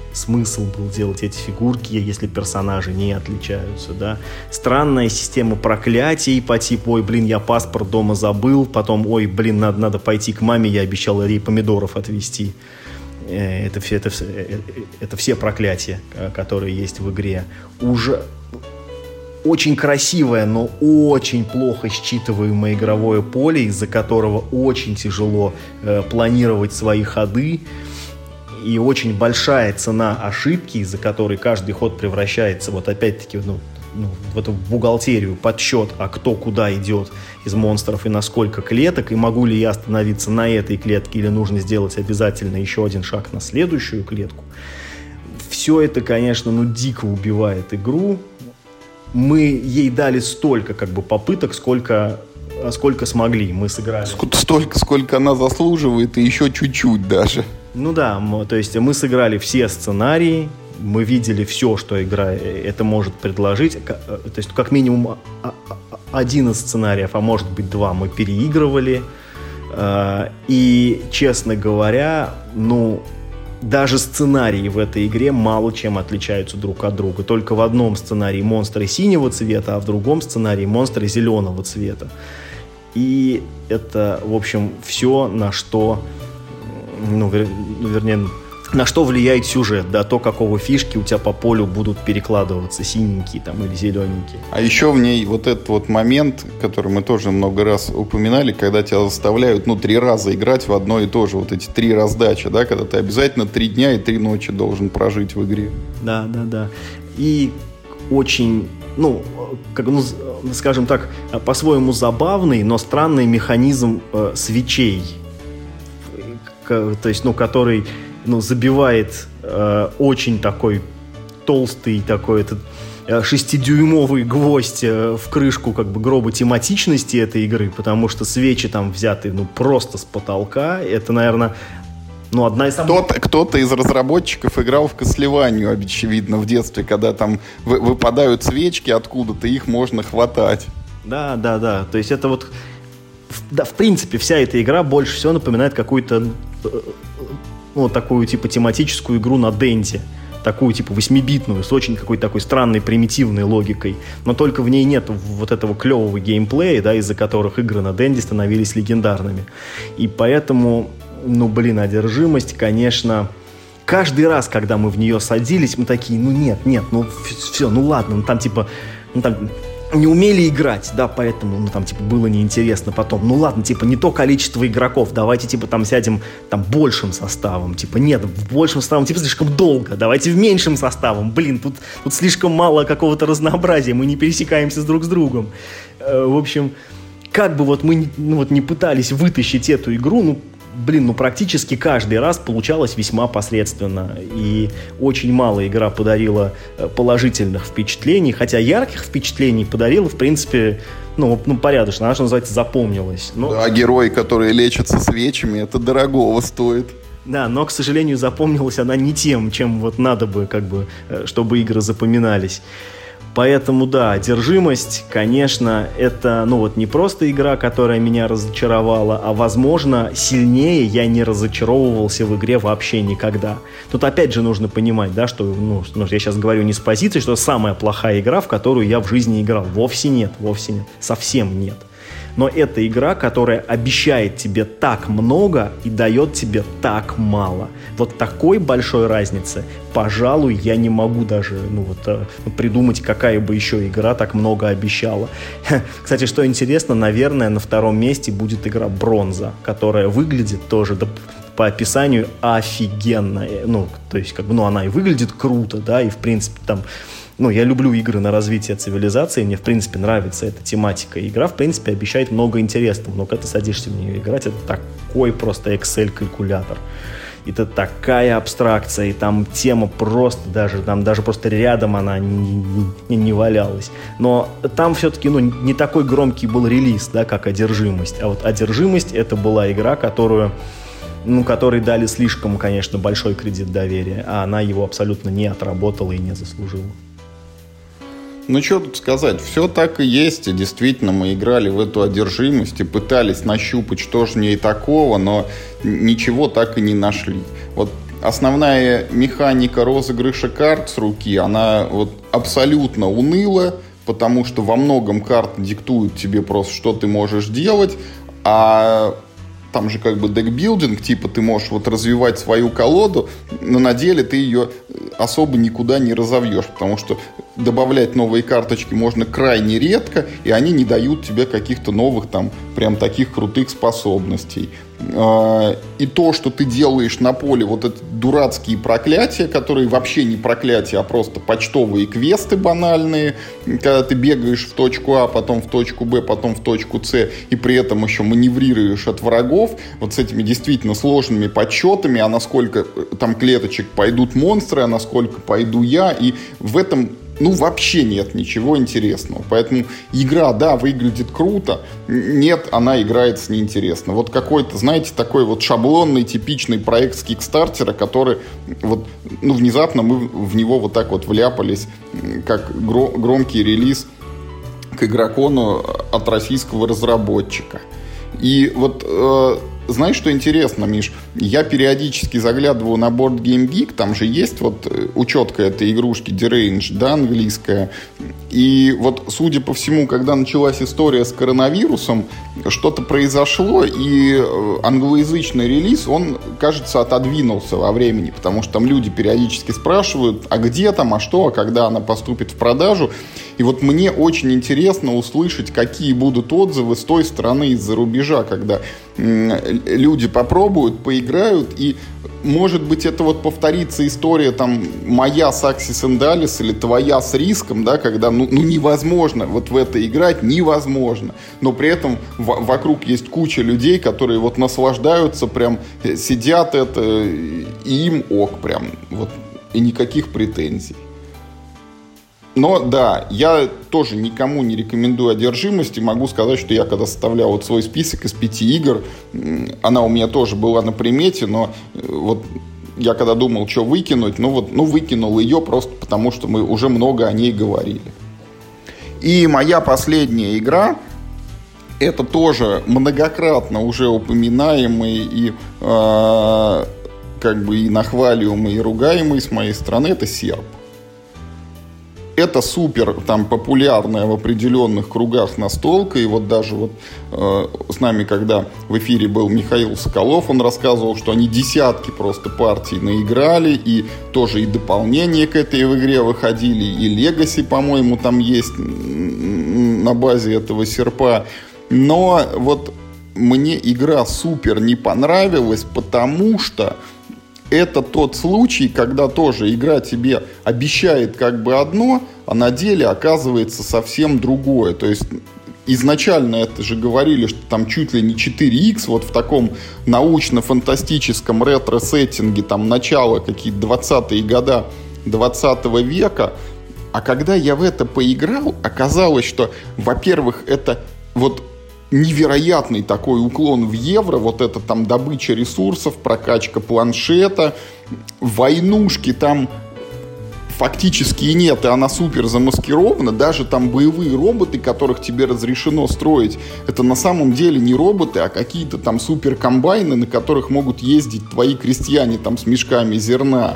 смысл был делать эти фигурки, если персонажи не отличаются, да. Странная система проклятий по типу, ой, блин, я паспорт дома забыл, потом, ой, блин, надо, надо пойти к маме, я обещал ей помидоров отвезти. Это все, это, это все проклятия, которые есть в игре. Уже очень красивое, но очень плохо считываемое игровое поле, из-за которого очень тяжело э, планировать свои ходы. И очень большая цена ошибки, из-за которой каждый ход превращается вот опять-таки ну, ну, в эту бухгалтерию, подсчет, а кто куда идет из монстров и на сколько клеток, и могу ли я остановиться на этой клетке, или нужно сделать обязательно еще один шаг на следующую клетку. Все это, конечно, ну дико убивает игру. Мы ей дали столько как бы попыток, сколько, сколько смогли. Мы сыграли. Столько, сколько она заслуживает, и еще чуть-чуть даже. Ну да, мы, то есть мы сыграли все сценарии, мы видели все, что игра это может предложить. То есть как минимум один из сценариев, а может быть два, мы переигрывали. И, честно говоря, ну... даже сценарии в этой игре мало чем отличаются друг от друга. Только в одном сценарии монстры синего цвета, а в другом сценарии монстры зеленого цвета. И это, в общем, все, на что, ну, вер, вернее, на что влияет сюжет, да, то, какого фишки у тебя по полю будут перекладываться, синенькие там или зелененькие. А еще в ней вот этот вот момент, который мы тоже много раз упоминали, когда тебя заставляют, ну, три раза играть в одно и то же, вот эти три раздачи, да, когда ты обязательно три дня и три ночи должен прожить в игре. Да, да, да. И очень, ну, как, ну, скажем так, по-своему забавный, но странный механизм э, свечей, к, то есть, ну, который ну, забивает э, очень такой толстый такой этот э, шестидюймовый гвоздь э, в крышку как бы гроба тематичности этой игры, потому что свечи там взяты ну просто с потолка. Это, наверное, ну одна из самых... Кто-то, кто-то из разработчиков играл в Castlevania, очевидно, в детстве, когда там вы, выпадают свечки откуда-то, их можно хватать. Да, да, да. То есть это вот... Да, в принципе, вся эта игра больше всего напоминает какую-то... ну, такую, типа, тематическую игру на Денде. Такую, типа, восьмибитную, с очень какой-то такой странной, примитивной логикой. Но только в ней нет вот этого клевого геймплея, да, из-за которых игры на Денде становились легендарными. И поэтому, ну, блин, одержимость, конечно... Каждый раз, когда мы в нее садились, мы такие, ну, нет, нет, ну, все, ну, ладно, ну, там, типа... Ну, там, не умели играть, да, поэтому, ну, там, типа, было неинтересно потом. Ну, ладно, типа, не то количество игроков, давайте, типа, там, сядем, там, большим составом. Типа, нет, в большим составом, типа, слишком долго, давайте в меньшим составом. Блин, тут, тут слишком мало какого-то разнообразия, мы не пересекаемся с друг с другом. Э, в общем, как бы вот мы, ну, вот не пытались вытащить эту игру, ну, блин, ну практически каждый раз получалось весьма посредственно. И очень мало игра подарила положительных впечатлений, хотя ярких впечатлений подарила, в принципе, ну, ну порядочно. Она, что называется, запомнилась. Но... Да, герои, которые лечатся свечами, это дорогого стоит. Да, но, к сожалению, запомнилась она не тем, чем вот надо бы, как бы, чтобы игры запоминались. Поэтому, да, одержимость, конечно, это, ну вот, не просто игра, которая меня разочаровала, а, возможно, сильнее я не разочаровывался в игре вообще никогда. Тут, опять же, нужно понимать, да, что, ну, я сейчас говорю не с позиции, что самая плохая игра, в которую я в жизни играл. Вовсе нет, вовсе нет, совсем нет. Но это игра, которая обещает тебе так много и дает тебе так мало. Вот такой большой разницы, пожалуй, я не могу даже ну, вот, придумать, какая бы еще игра так много обещала. Кстати, что интересно, наверное, на втором месте будет игра «Бронза», которая выглядит тоже да, по описанию офигенно. Ну, то есть, как бы, ну, она и выглядит круто, да, и, в принципе, там... Ну, я люблю игры на развитие цивилизации, мне, в принципе, нравится эта тематика. Игра, в принципе, обещает много интересного, но когда ты садишься в нее играть, это такой просто Excel-калькулятор. Это такая абстракция, и там тема просто даже, там даже просто рядом она не, не, не валялась. Но там все-таки, ну, не такой громкий был релиз, да, как «Одержимость». А вот «Одержимость» — это была игра, которую... ну, которой дали слишком, конечно, большой кредит доверия, а она его абсолютно не отработала и не заслужила. Ну, что тут сказать, все так и есть, и действительно мы играли в эту одержимость и пытались нащупать, что же в ней такого, но ничего так и не нашли. Вот основная механика розыгрыша карт с руки, она вот абсолютно уныла, потому что во многом карты диктуют тебе просто, что ты можешь делать, а там же как бы декбилдинг, типа ты можешь вот развивать свою колоду, но на деле ты ее особо никуда не разовьешь, потому что добавлять новые карточки можно крайне редко, и они не дают тебе каких-то новых там прям таких крутых способностей. И то, что ты делаешь на поле, вот эти дурацкие проклятия, которые вообще не проклятия, а просто почтовые квесты банальные, когда ты бегаешь в точку А, потом в точку Б, потом в точку С, и при этом еще маневрируешь от врагов, вот с этими действительно сложными подсчетами, а насколько там клеточек пойдут монстры, а насколько пойду я, и в этом ну, вообще нет ничего интересного. Поэтому игра, да, выглядит круто. Нет, она играется неинтересно. Вот какой-то, знаете, такой вот шаблонный, типичный проект с Кикстартера, который вот, ну, внезапно мы в него вот так вот вляпались, как гро- громкий релиз к игрокону от российского разработчика. И вот... Э- Знаешь, что интересно, Миш? Я периодически заглядываю на Board Game Geek, там же есть вот учетка этой игрушки Deranged, да, английская. И вот, судя по всему, когда началась история с коронавирусом, что-то произошло, и англоязычный релиз, он, кажется, отодвинулся во времени, потому что там люди периодически спрашивают, а где там, а что, а когда она поступит в продажу. И вот мне очень интересно услышать, какие будут отзывы с той стороны из-за рубежа, когда люди попробуют, поиграют, и, может быть, это вот повторится история там моя с Axis and Allies или твоя с Риском, да, когда ну, ну невозможно вот в это играть, невозможно, но при этом в- вокруг есть куча людей, которые вот наслаждаются, прям сидят это, и им ок прям, вот, и никаких претензий. Но да, я тоже никому не рекомендую одержимости. Могу сказать, что я когда составлял вот свой список из пяти игр, она у меня тоже была на примете, но вот я когда думал, что выкинуть, ну вот, ну выкинул ее просто потому, что мы уже много о ней говорили. И моя последняя игра, это тоже многократно уже упоминаемый и э, как бы и нахваливаемый, и ругаемый с моей стороны, это Серп. Это супер там популярная в определенных кругах настолка. И вот даже вот э, с нами, когда в эфире был Михаил Соколов, он рассказывал, что они десятки просто партий наиграли, и тоже и дополнения к этой игре выходили, и Legacy, по-моему, там есть на базе этого серпа. Но вот мне игра супер не понравилась, потому что это тот случай, когда тоже игра тебе обещает как бы одно, а на деле оказывается совсем другое. То есть изначально это же говорили, что там чуть ли не четыре икс, вот в таком научно-фантастическом ретро-сеттинге, там начало какие-то двадцатые года двадцатого века. А когда я в это поиграл, оказалось, что, во-первых, это вот невероятный такой уклон в евро, вот это там добыча ресурсов, прокачка планшета, войнушки там фактически и нет, и она супер замаскирована, даже там боевые роботы, которых тебе разрешено строить, это на самом деле не роботы, а какие-то там супер комбайны, на которых могут ездить твои крестьяне там с мешками зерна.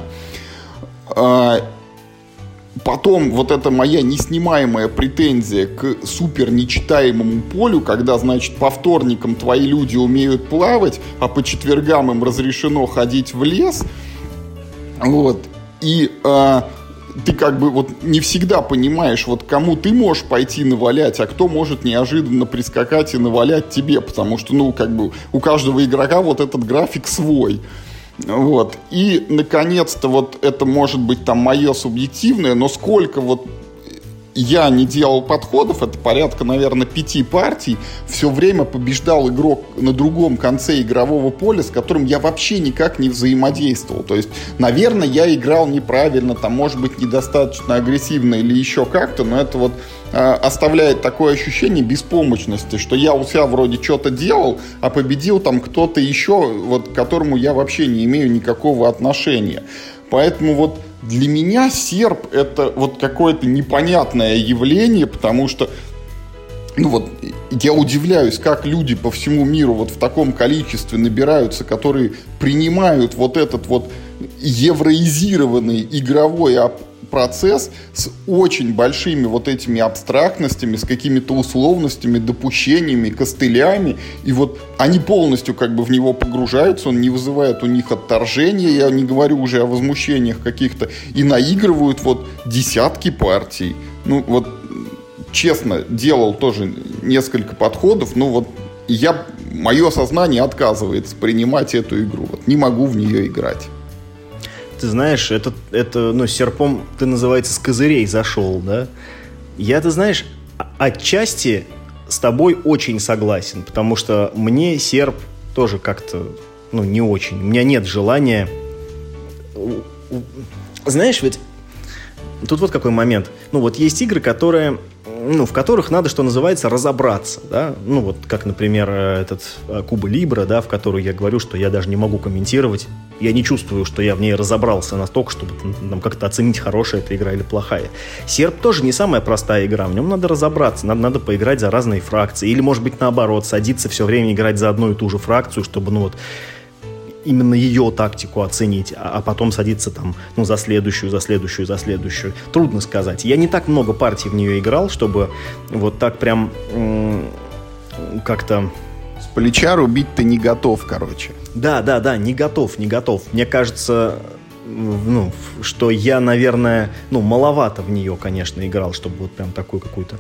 Потом вот эта моя неснимаемая претензия к супер нечитаемому полю, когда, значит, по вторникам твои люди умеют плавать, а по четвергам им разрешено ходить в лес. Вот. И э, ты как бы вот не всегда понимаешь, вот кому ты можешь пойти навалять, а кто может неожиданно прискакать и навалять тебе, потому что, ну, как бы у каждого игрока вот этот график свой. Вот. И, наконец-то, вот это может быть там мое субъективное, но сколько вот я не делал подходов, это порядка, наверное, пяти партий, все время побеждал игрок на другом конце игрового поля, с которым я вообще никак не взаимодействовал. То есть, наверное, я играл неправильно, там, может быть, недостаточно агрессивно или еще как-то, но это вот э, оставляет такое ощущение беспомощности, что я у себя вроде что-то делал, а победил там кто-то еще, вот, к которому я вообще не имею никакого отношения. Поэтому вот для меня серп — это вот какое-то непонятное явление, потому что, ну вот, я удивляюсь, как люди по всему миру вот в таком количестве набираются, которые принимают вот этот вот евроизированный игровой процесс с очень большими вот этими абстрактностями, с какими-то условностями, допущениями, костылями. И вот они полностью как бы в него погружаются, он не вызывает у них отторжения, я не говорю уже о возмущениях каких-то, и наигрывают вот десятки партий. Ну вот, честно, делал тоже несколько подходов, но вот я, мое сознание отказывается принимать эту игру. Вот не могу в нее играть. Ты знаешь, это, это, ну, серпом, ты, называется, с козырей зашел, да? Я, ты знаешь, отчасти с тобой очень согласен, потому что мне серп тоже как-то, ну, не очень. У меня нет желания... Знаешь, ведь тут вот какой момент. Ну, вот есть игры, которые... Ну, в которых надо, что называется, разобраться, да, ну, вот, как, например, этот Куба Либра, да, в которую я говорю, что я даже не могу комментировать, я не чувствую, что я в ней разобрался настолько, чтобы там как-то оценить, хорошая эта игра или плохая. Серп тоже не самая простая игра, в нем надо разобраться, надо, надо поиграть за разные фракции, или, может быть, наоборот, садиться все время играть за одну и ту же фракцию, чтобы, ну, вот, именно ее тактику оценить, а, а потом садиться там, ну, за следующую, за следующую, за следующую. Трудно сказать. Я не так много партий в нее играл, чтобы вот так прям м- как-то... С плеча рубить ты не готов, короче. Да, да, да, не готов, не готов. Мне кажется, ну, что я, наверное, ну, маловато в нее, конечно, играл, чтобы вот прям такую какую-то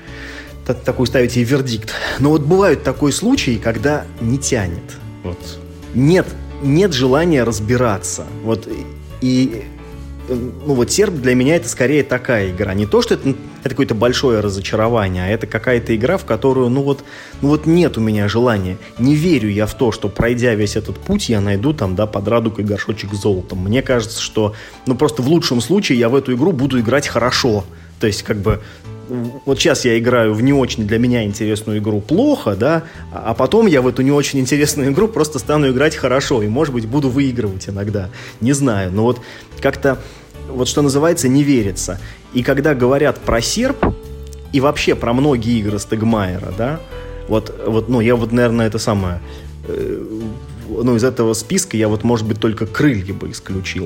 такую ставить ей вердикт. Но вот бывают такие случаи, когда не тянет. Вот. Нет Нет желания разбираться. Вот, и, ну, вот серп для меня это скорее такая игра. Не то, что это, это какое-то большое разочарование, а это какая-то игра, в которую, ну вот, ну вот нет у меня желания. Не верю я в то, что, пройдя весь этот путь, я найду там, да, под радугой горшочек с золотом. Мне кажется, что, ну, просто в лучшем случае я в эту игру буду играть хорошо. То есть, как бы, вот сейчас я играю в не очень для меня интересную игру плохо, да, а потом я в эту не очень интересную игру просто стану играть хорошо и, может быть, буду выигрывать иногда. Не знаю, но вот как-то, вот что называется, не верится. И когда говорят про серп и вообще про многие игры Стегмайера, да, вот, вот, ну, я вот, наверное, это самое, э, ну, из этого списка я вот, может быть, только крылья бы исключил.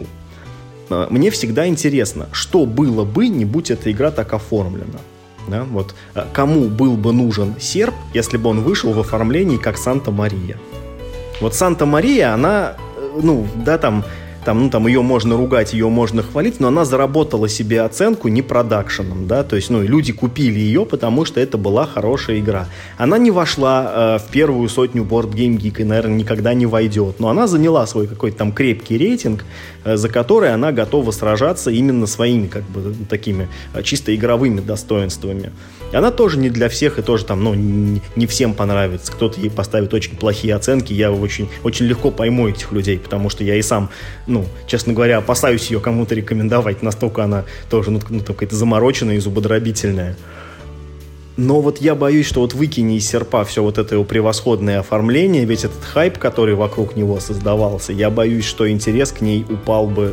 Мне всегда интересно, что было бы, не будь эта игра так оформлена. Да? Вот, кому был бы нужен серп, если бы он вышел в оформлении как Санта-Мария. Вот Санта-Мария, она, ну, да, там, там, ну, там ее можно ругать, ее можно хвалить, но она заработала себе оценку не продакшеном, да, то есть, ну, люди купили ее, потому что это была хорошая игра. Она не вошла э, в первую сотню Board Game Geek и, наверное, никогда не войдет, но она заняла свой какой-то там крепкий рейтинг, э, за который она готова сражаться именно своими, как бы, такими э, чисто игровыми достоинствами. Она тоже не для всех и тоже там, ну, не, не всем понравится. Кто-то ей поставит очень плохие оценки, я очень, очень легко пойму этих людей, потому что я и сам, ну, честно говоря, опасаюсь ее кому-то рекомендовать, настолько она тоже, ну, ну какая-то замороченная и зубодробительная. Но вот я боюсь, что вот выкини из серпа все вот это его превосходное оформление, весь этот хайп, который вокруг него создавался, я боюсь, что интерес к ней упал бы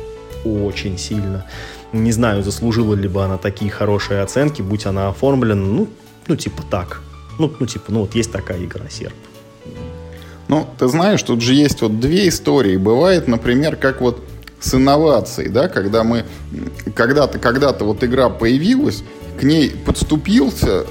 очень сильно. Не знаю, заслужила ли бы она такие хорошие оценки, будь она оформлена, ну, ну типа так. Ну, ну, типа, ну, вот есть такая игра серп. Ну, ты знаешь, тут же есть вот две истории. Бывает, например, как вот с инновацией, да, когда мы, когда-то, когда-то вот игра появилась, к ней подступился,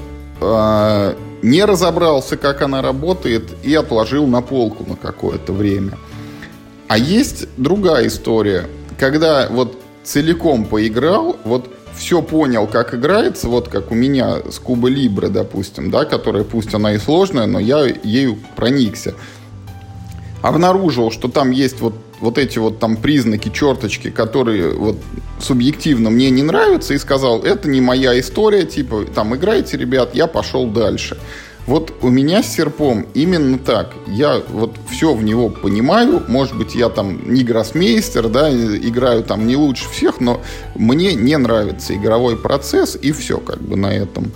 э, не разобрался, как она работает, и отложил на полку на какое-то время. А есть другая история, когда вот целиком поиграл, вот все понял, как играется, вот как у меня с Куба Либре, допустим, да, которая, пусть она и сложная, но я ею проникся. Обнаружил, что там есть вот, вот эти вот там признаки, черточки, которые вот субъективно мне не нравятся, и сказал, это не моя история, типа, там, играйте, ребят, я пошел дальше. Вот у меня с серпом именно так. Я вот все в него понимаю. Может быть, я там не гроссмейстер, да, играю там не лучше всех, но мне не нравится игровой процесс, и все как бы на этом.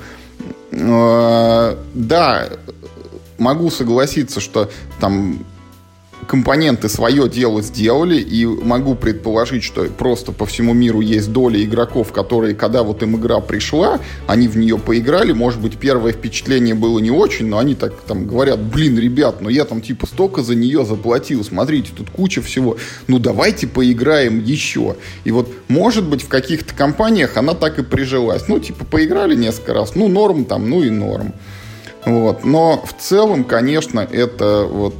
Да, могу согласиться, что там компоненты свое дело сделали, и могу предположить, что просто по всему миру есть доля игроков, которые, когда вот им игра пришла, они в нее поиграли, может быть, первое впечатление было не очень, но они так там говорят: блин, ребят, ну я там типа столько за нее заплатил, смотрите, тут куча всего, ну давайте поиграем еще. И вот, может быть, в каких-то компаниях она так и прижилась. Ну, типа, поиграли несколько раз, ну, норм там, ну и норм. Вот. Но в целом, конечно, это вот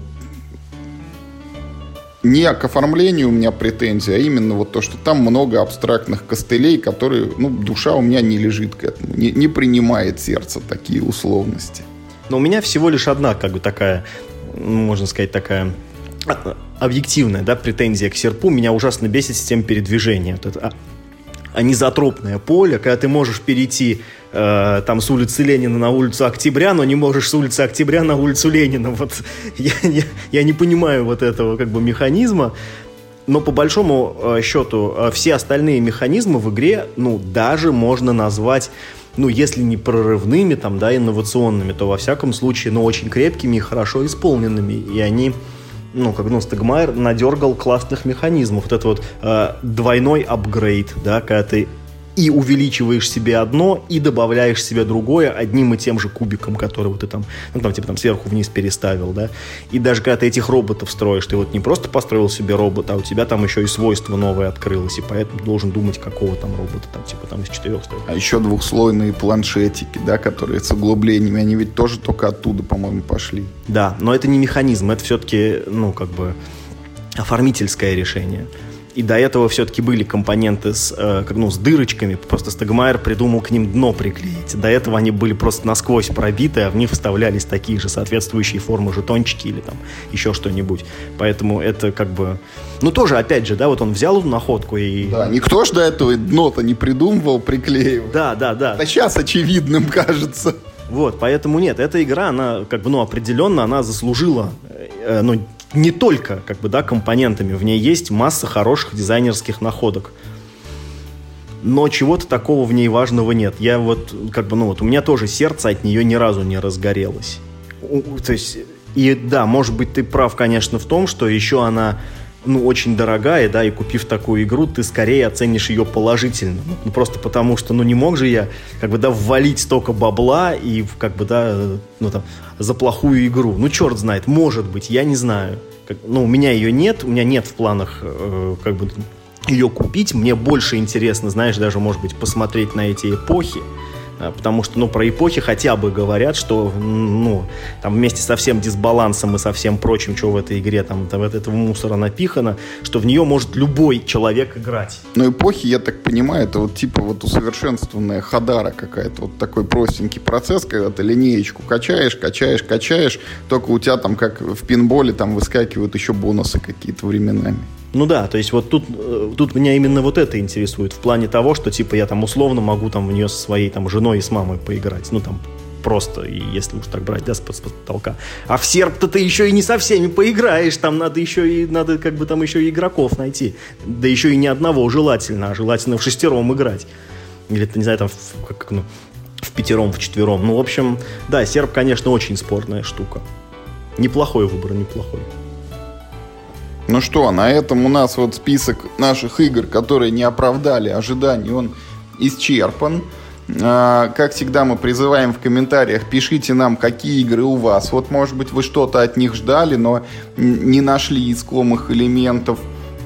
не к оформлению у меня претензии, а именно вот то, что там много абстрактных костылей, которые, ну, душа у меня не лежит к этому, не, не принимает сердце такие условности. Но у меня всего лишь одна, как бы, такая, можно сказать, такая объективная, да, претензия к серпу. Меня ужасно бесит система передвижения. Вот это анизотропное поле, когда ты можешь перейти э, там с улицы Ленина на улицу Октября, но не можешь с улицы Октября на улицу Ленина. Вот я, я, я не понимаю вот этого как бы механизма. Но по большому э, счету э, все остальные механизмы в игре, ну, даже можно назвать, ну, если не прорывными, там, да, инновационными, то во всяком случае, ну, очень крепкими и хорошо исполненными. И они, ну, как, ну, Стегмайер надергал классных механизмов. Вот это вот э, двойной апгрейд, да, когда ты и увеличиваешь себе одно, и добавляешь себе другое одним и тем же кубиком, который вот ты там, ну, там, типа, там, сверху вниз переставил, да. И даже когда ты этих роботов строишь, ты вот не просто построил себе робота, а у тебя там еще и свойство новое открылось, и поэтому ты должен думать, какого там робота, там, типа, там, из четырех стоит. А еще двухслойные планшетики, да, которые с углублениями, они ведь тоже только оттуда, по-моему, пошли. Да, но это не механизм, это все-таки, ну, как бы, оформительское решение. И до этого все-таки были компоненты с, э, как, ну, с дырочками, просто Стегмайер придумал к ним дно приклеить. До этого они были просто насквозь пробиты, а в них вставлялись такие же соответствующие формы жетончики или там еще что-нибудь. Поэтому это как бы... Ну, тоже, опять же, да, вот он взял эту находку и... Да, никто ж до этого дно-то не придумывал приклеивать. Да, да, да. А сейчас очевидным кажется. Вот, поэтому нет, эта игра, она как бы, ну, определенно, она заслужила, э, ну, не только, как бы, да, компонентами. В ней есть масса хороших дизайнерских находок. Но чего-то такого в ней важного нет. Я вот, как бы, ну вот, у меня тоже сердце от нее ни разу не разгорелось. То есть, и да, может быть, ты прав, конечно, в том, что еще она, ну, очень дорогая, да, и купив такую игру, ты скорее оценишь ее положительно. Ну, просто потому что, ну, не мог же я, как бы, да, ввалить столько бабла и, как бы, да, ну, там, за плохую игру. Ну, черт знает, может быть, я не знаю. Как, ну, у меня ее нет, у меня нет в планах, э, как бы, ее купить. Мне больше интересно, знаешь, даже, может быть, посмотреть на эти эпохи. Потому что, ну, про эпохи хотя бы говорят, что, ну, там вместе со всем дисбалансом и со всем прочим, что в этой игре, там, там этого мусора напихано, что в нее может любой человек играть. Но эпохи, я так понимаю, это вот типа вот усовершенствованная Хадара какая-то, вот такой простенький процесс, когда ты линеечку качаешь, качаешь, качаешь, только у тебя там, как в пинболе, там выскакивают еще бонусы какие-то временами. Ну да, то есть вот тут, тут меня именно вот это интересует, в плане того, что типа я там условно могу там в нее со своей там женой и с мамой поиграть, ну там просто, и если уж так брать, да, с потолка. А в серп-то ты еще и не со всеми поиграешь, там надо еще и, надо как бы там еще и игроков найти, да еще и не одного желательно, а желательно в шестером играть, или, не знаю, там, в, как, ну, в пятером, в четвером, ну, в общем, да, серп, конечно, очень спорная штука, неплохой выбор, неплохой. Ну что, на этом у нас вот список наших игр, которые не оправдали ожиданий, он исчерпан. Как всегда, мы призываем в комментариях, пишите нам, какие игры у вас. Вот, может быть, вы что-то от них ждали, но не нашли искомых элементов.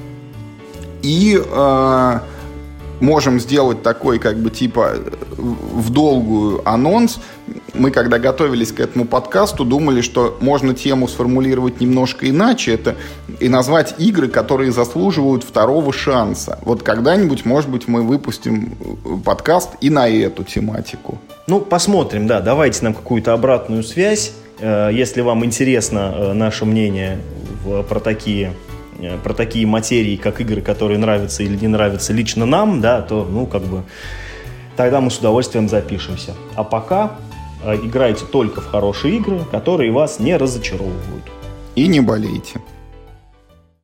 И э, можем сделать такой, как бы, типа, в долгую анонс. Мы, когда готовились к этому подкасту, думали, что можно тему сформулировать немножко иначе. Это и назвать игры, которые заслуживают второго шанса. Вот когда-нибудь, может быть, мы выпустим подкаст и на эту тематику. Ну, посмотрим, да. Давайте нам какую-то обратную связь. Если вам интересно наше мнение про такие, про такие материи, как игры, которые нравятся или не нравятся лично нам, да, то, ну, как бы, тогда мы с удовольствием запишемся. А пока... играйте только в хорошие игры, которые вас не разочаровывают. И не болейте.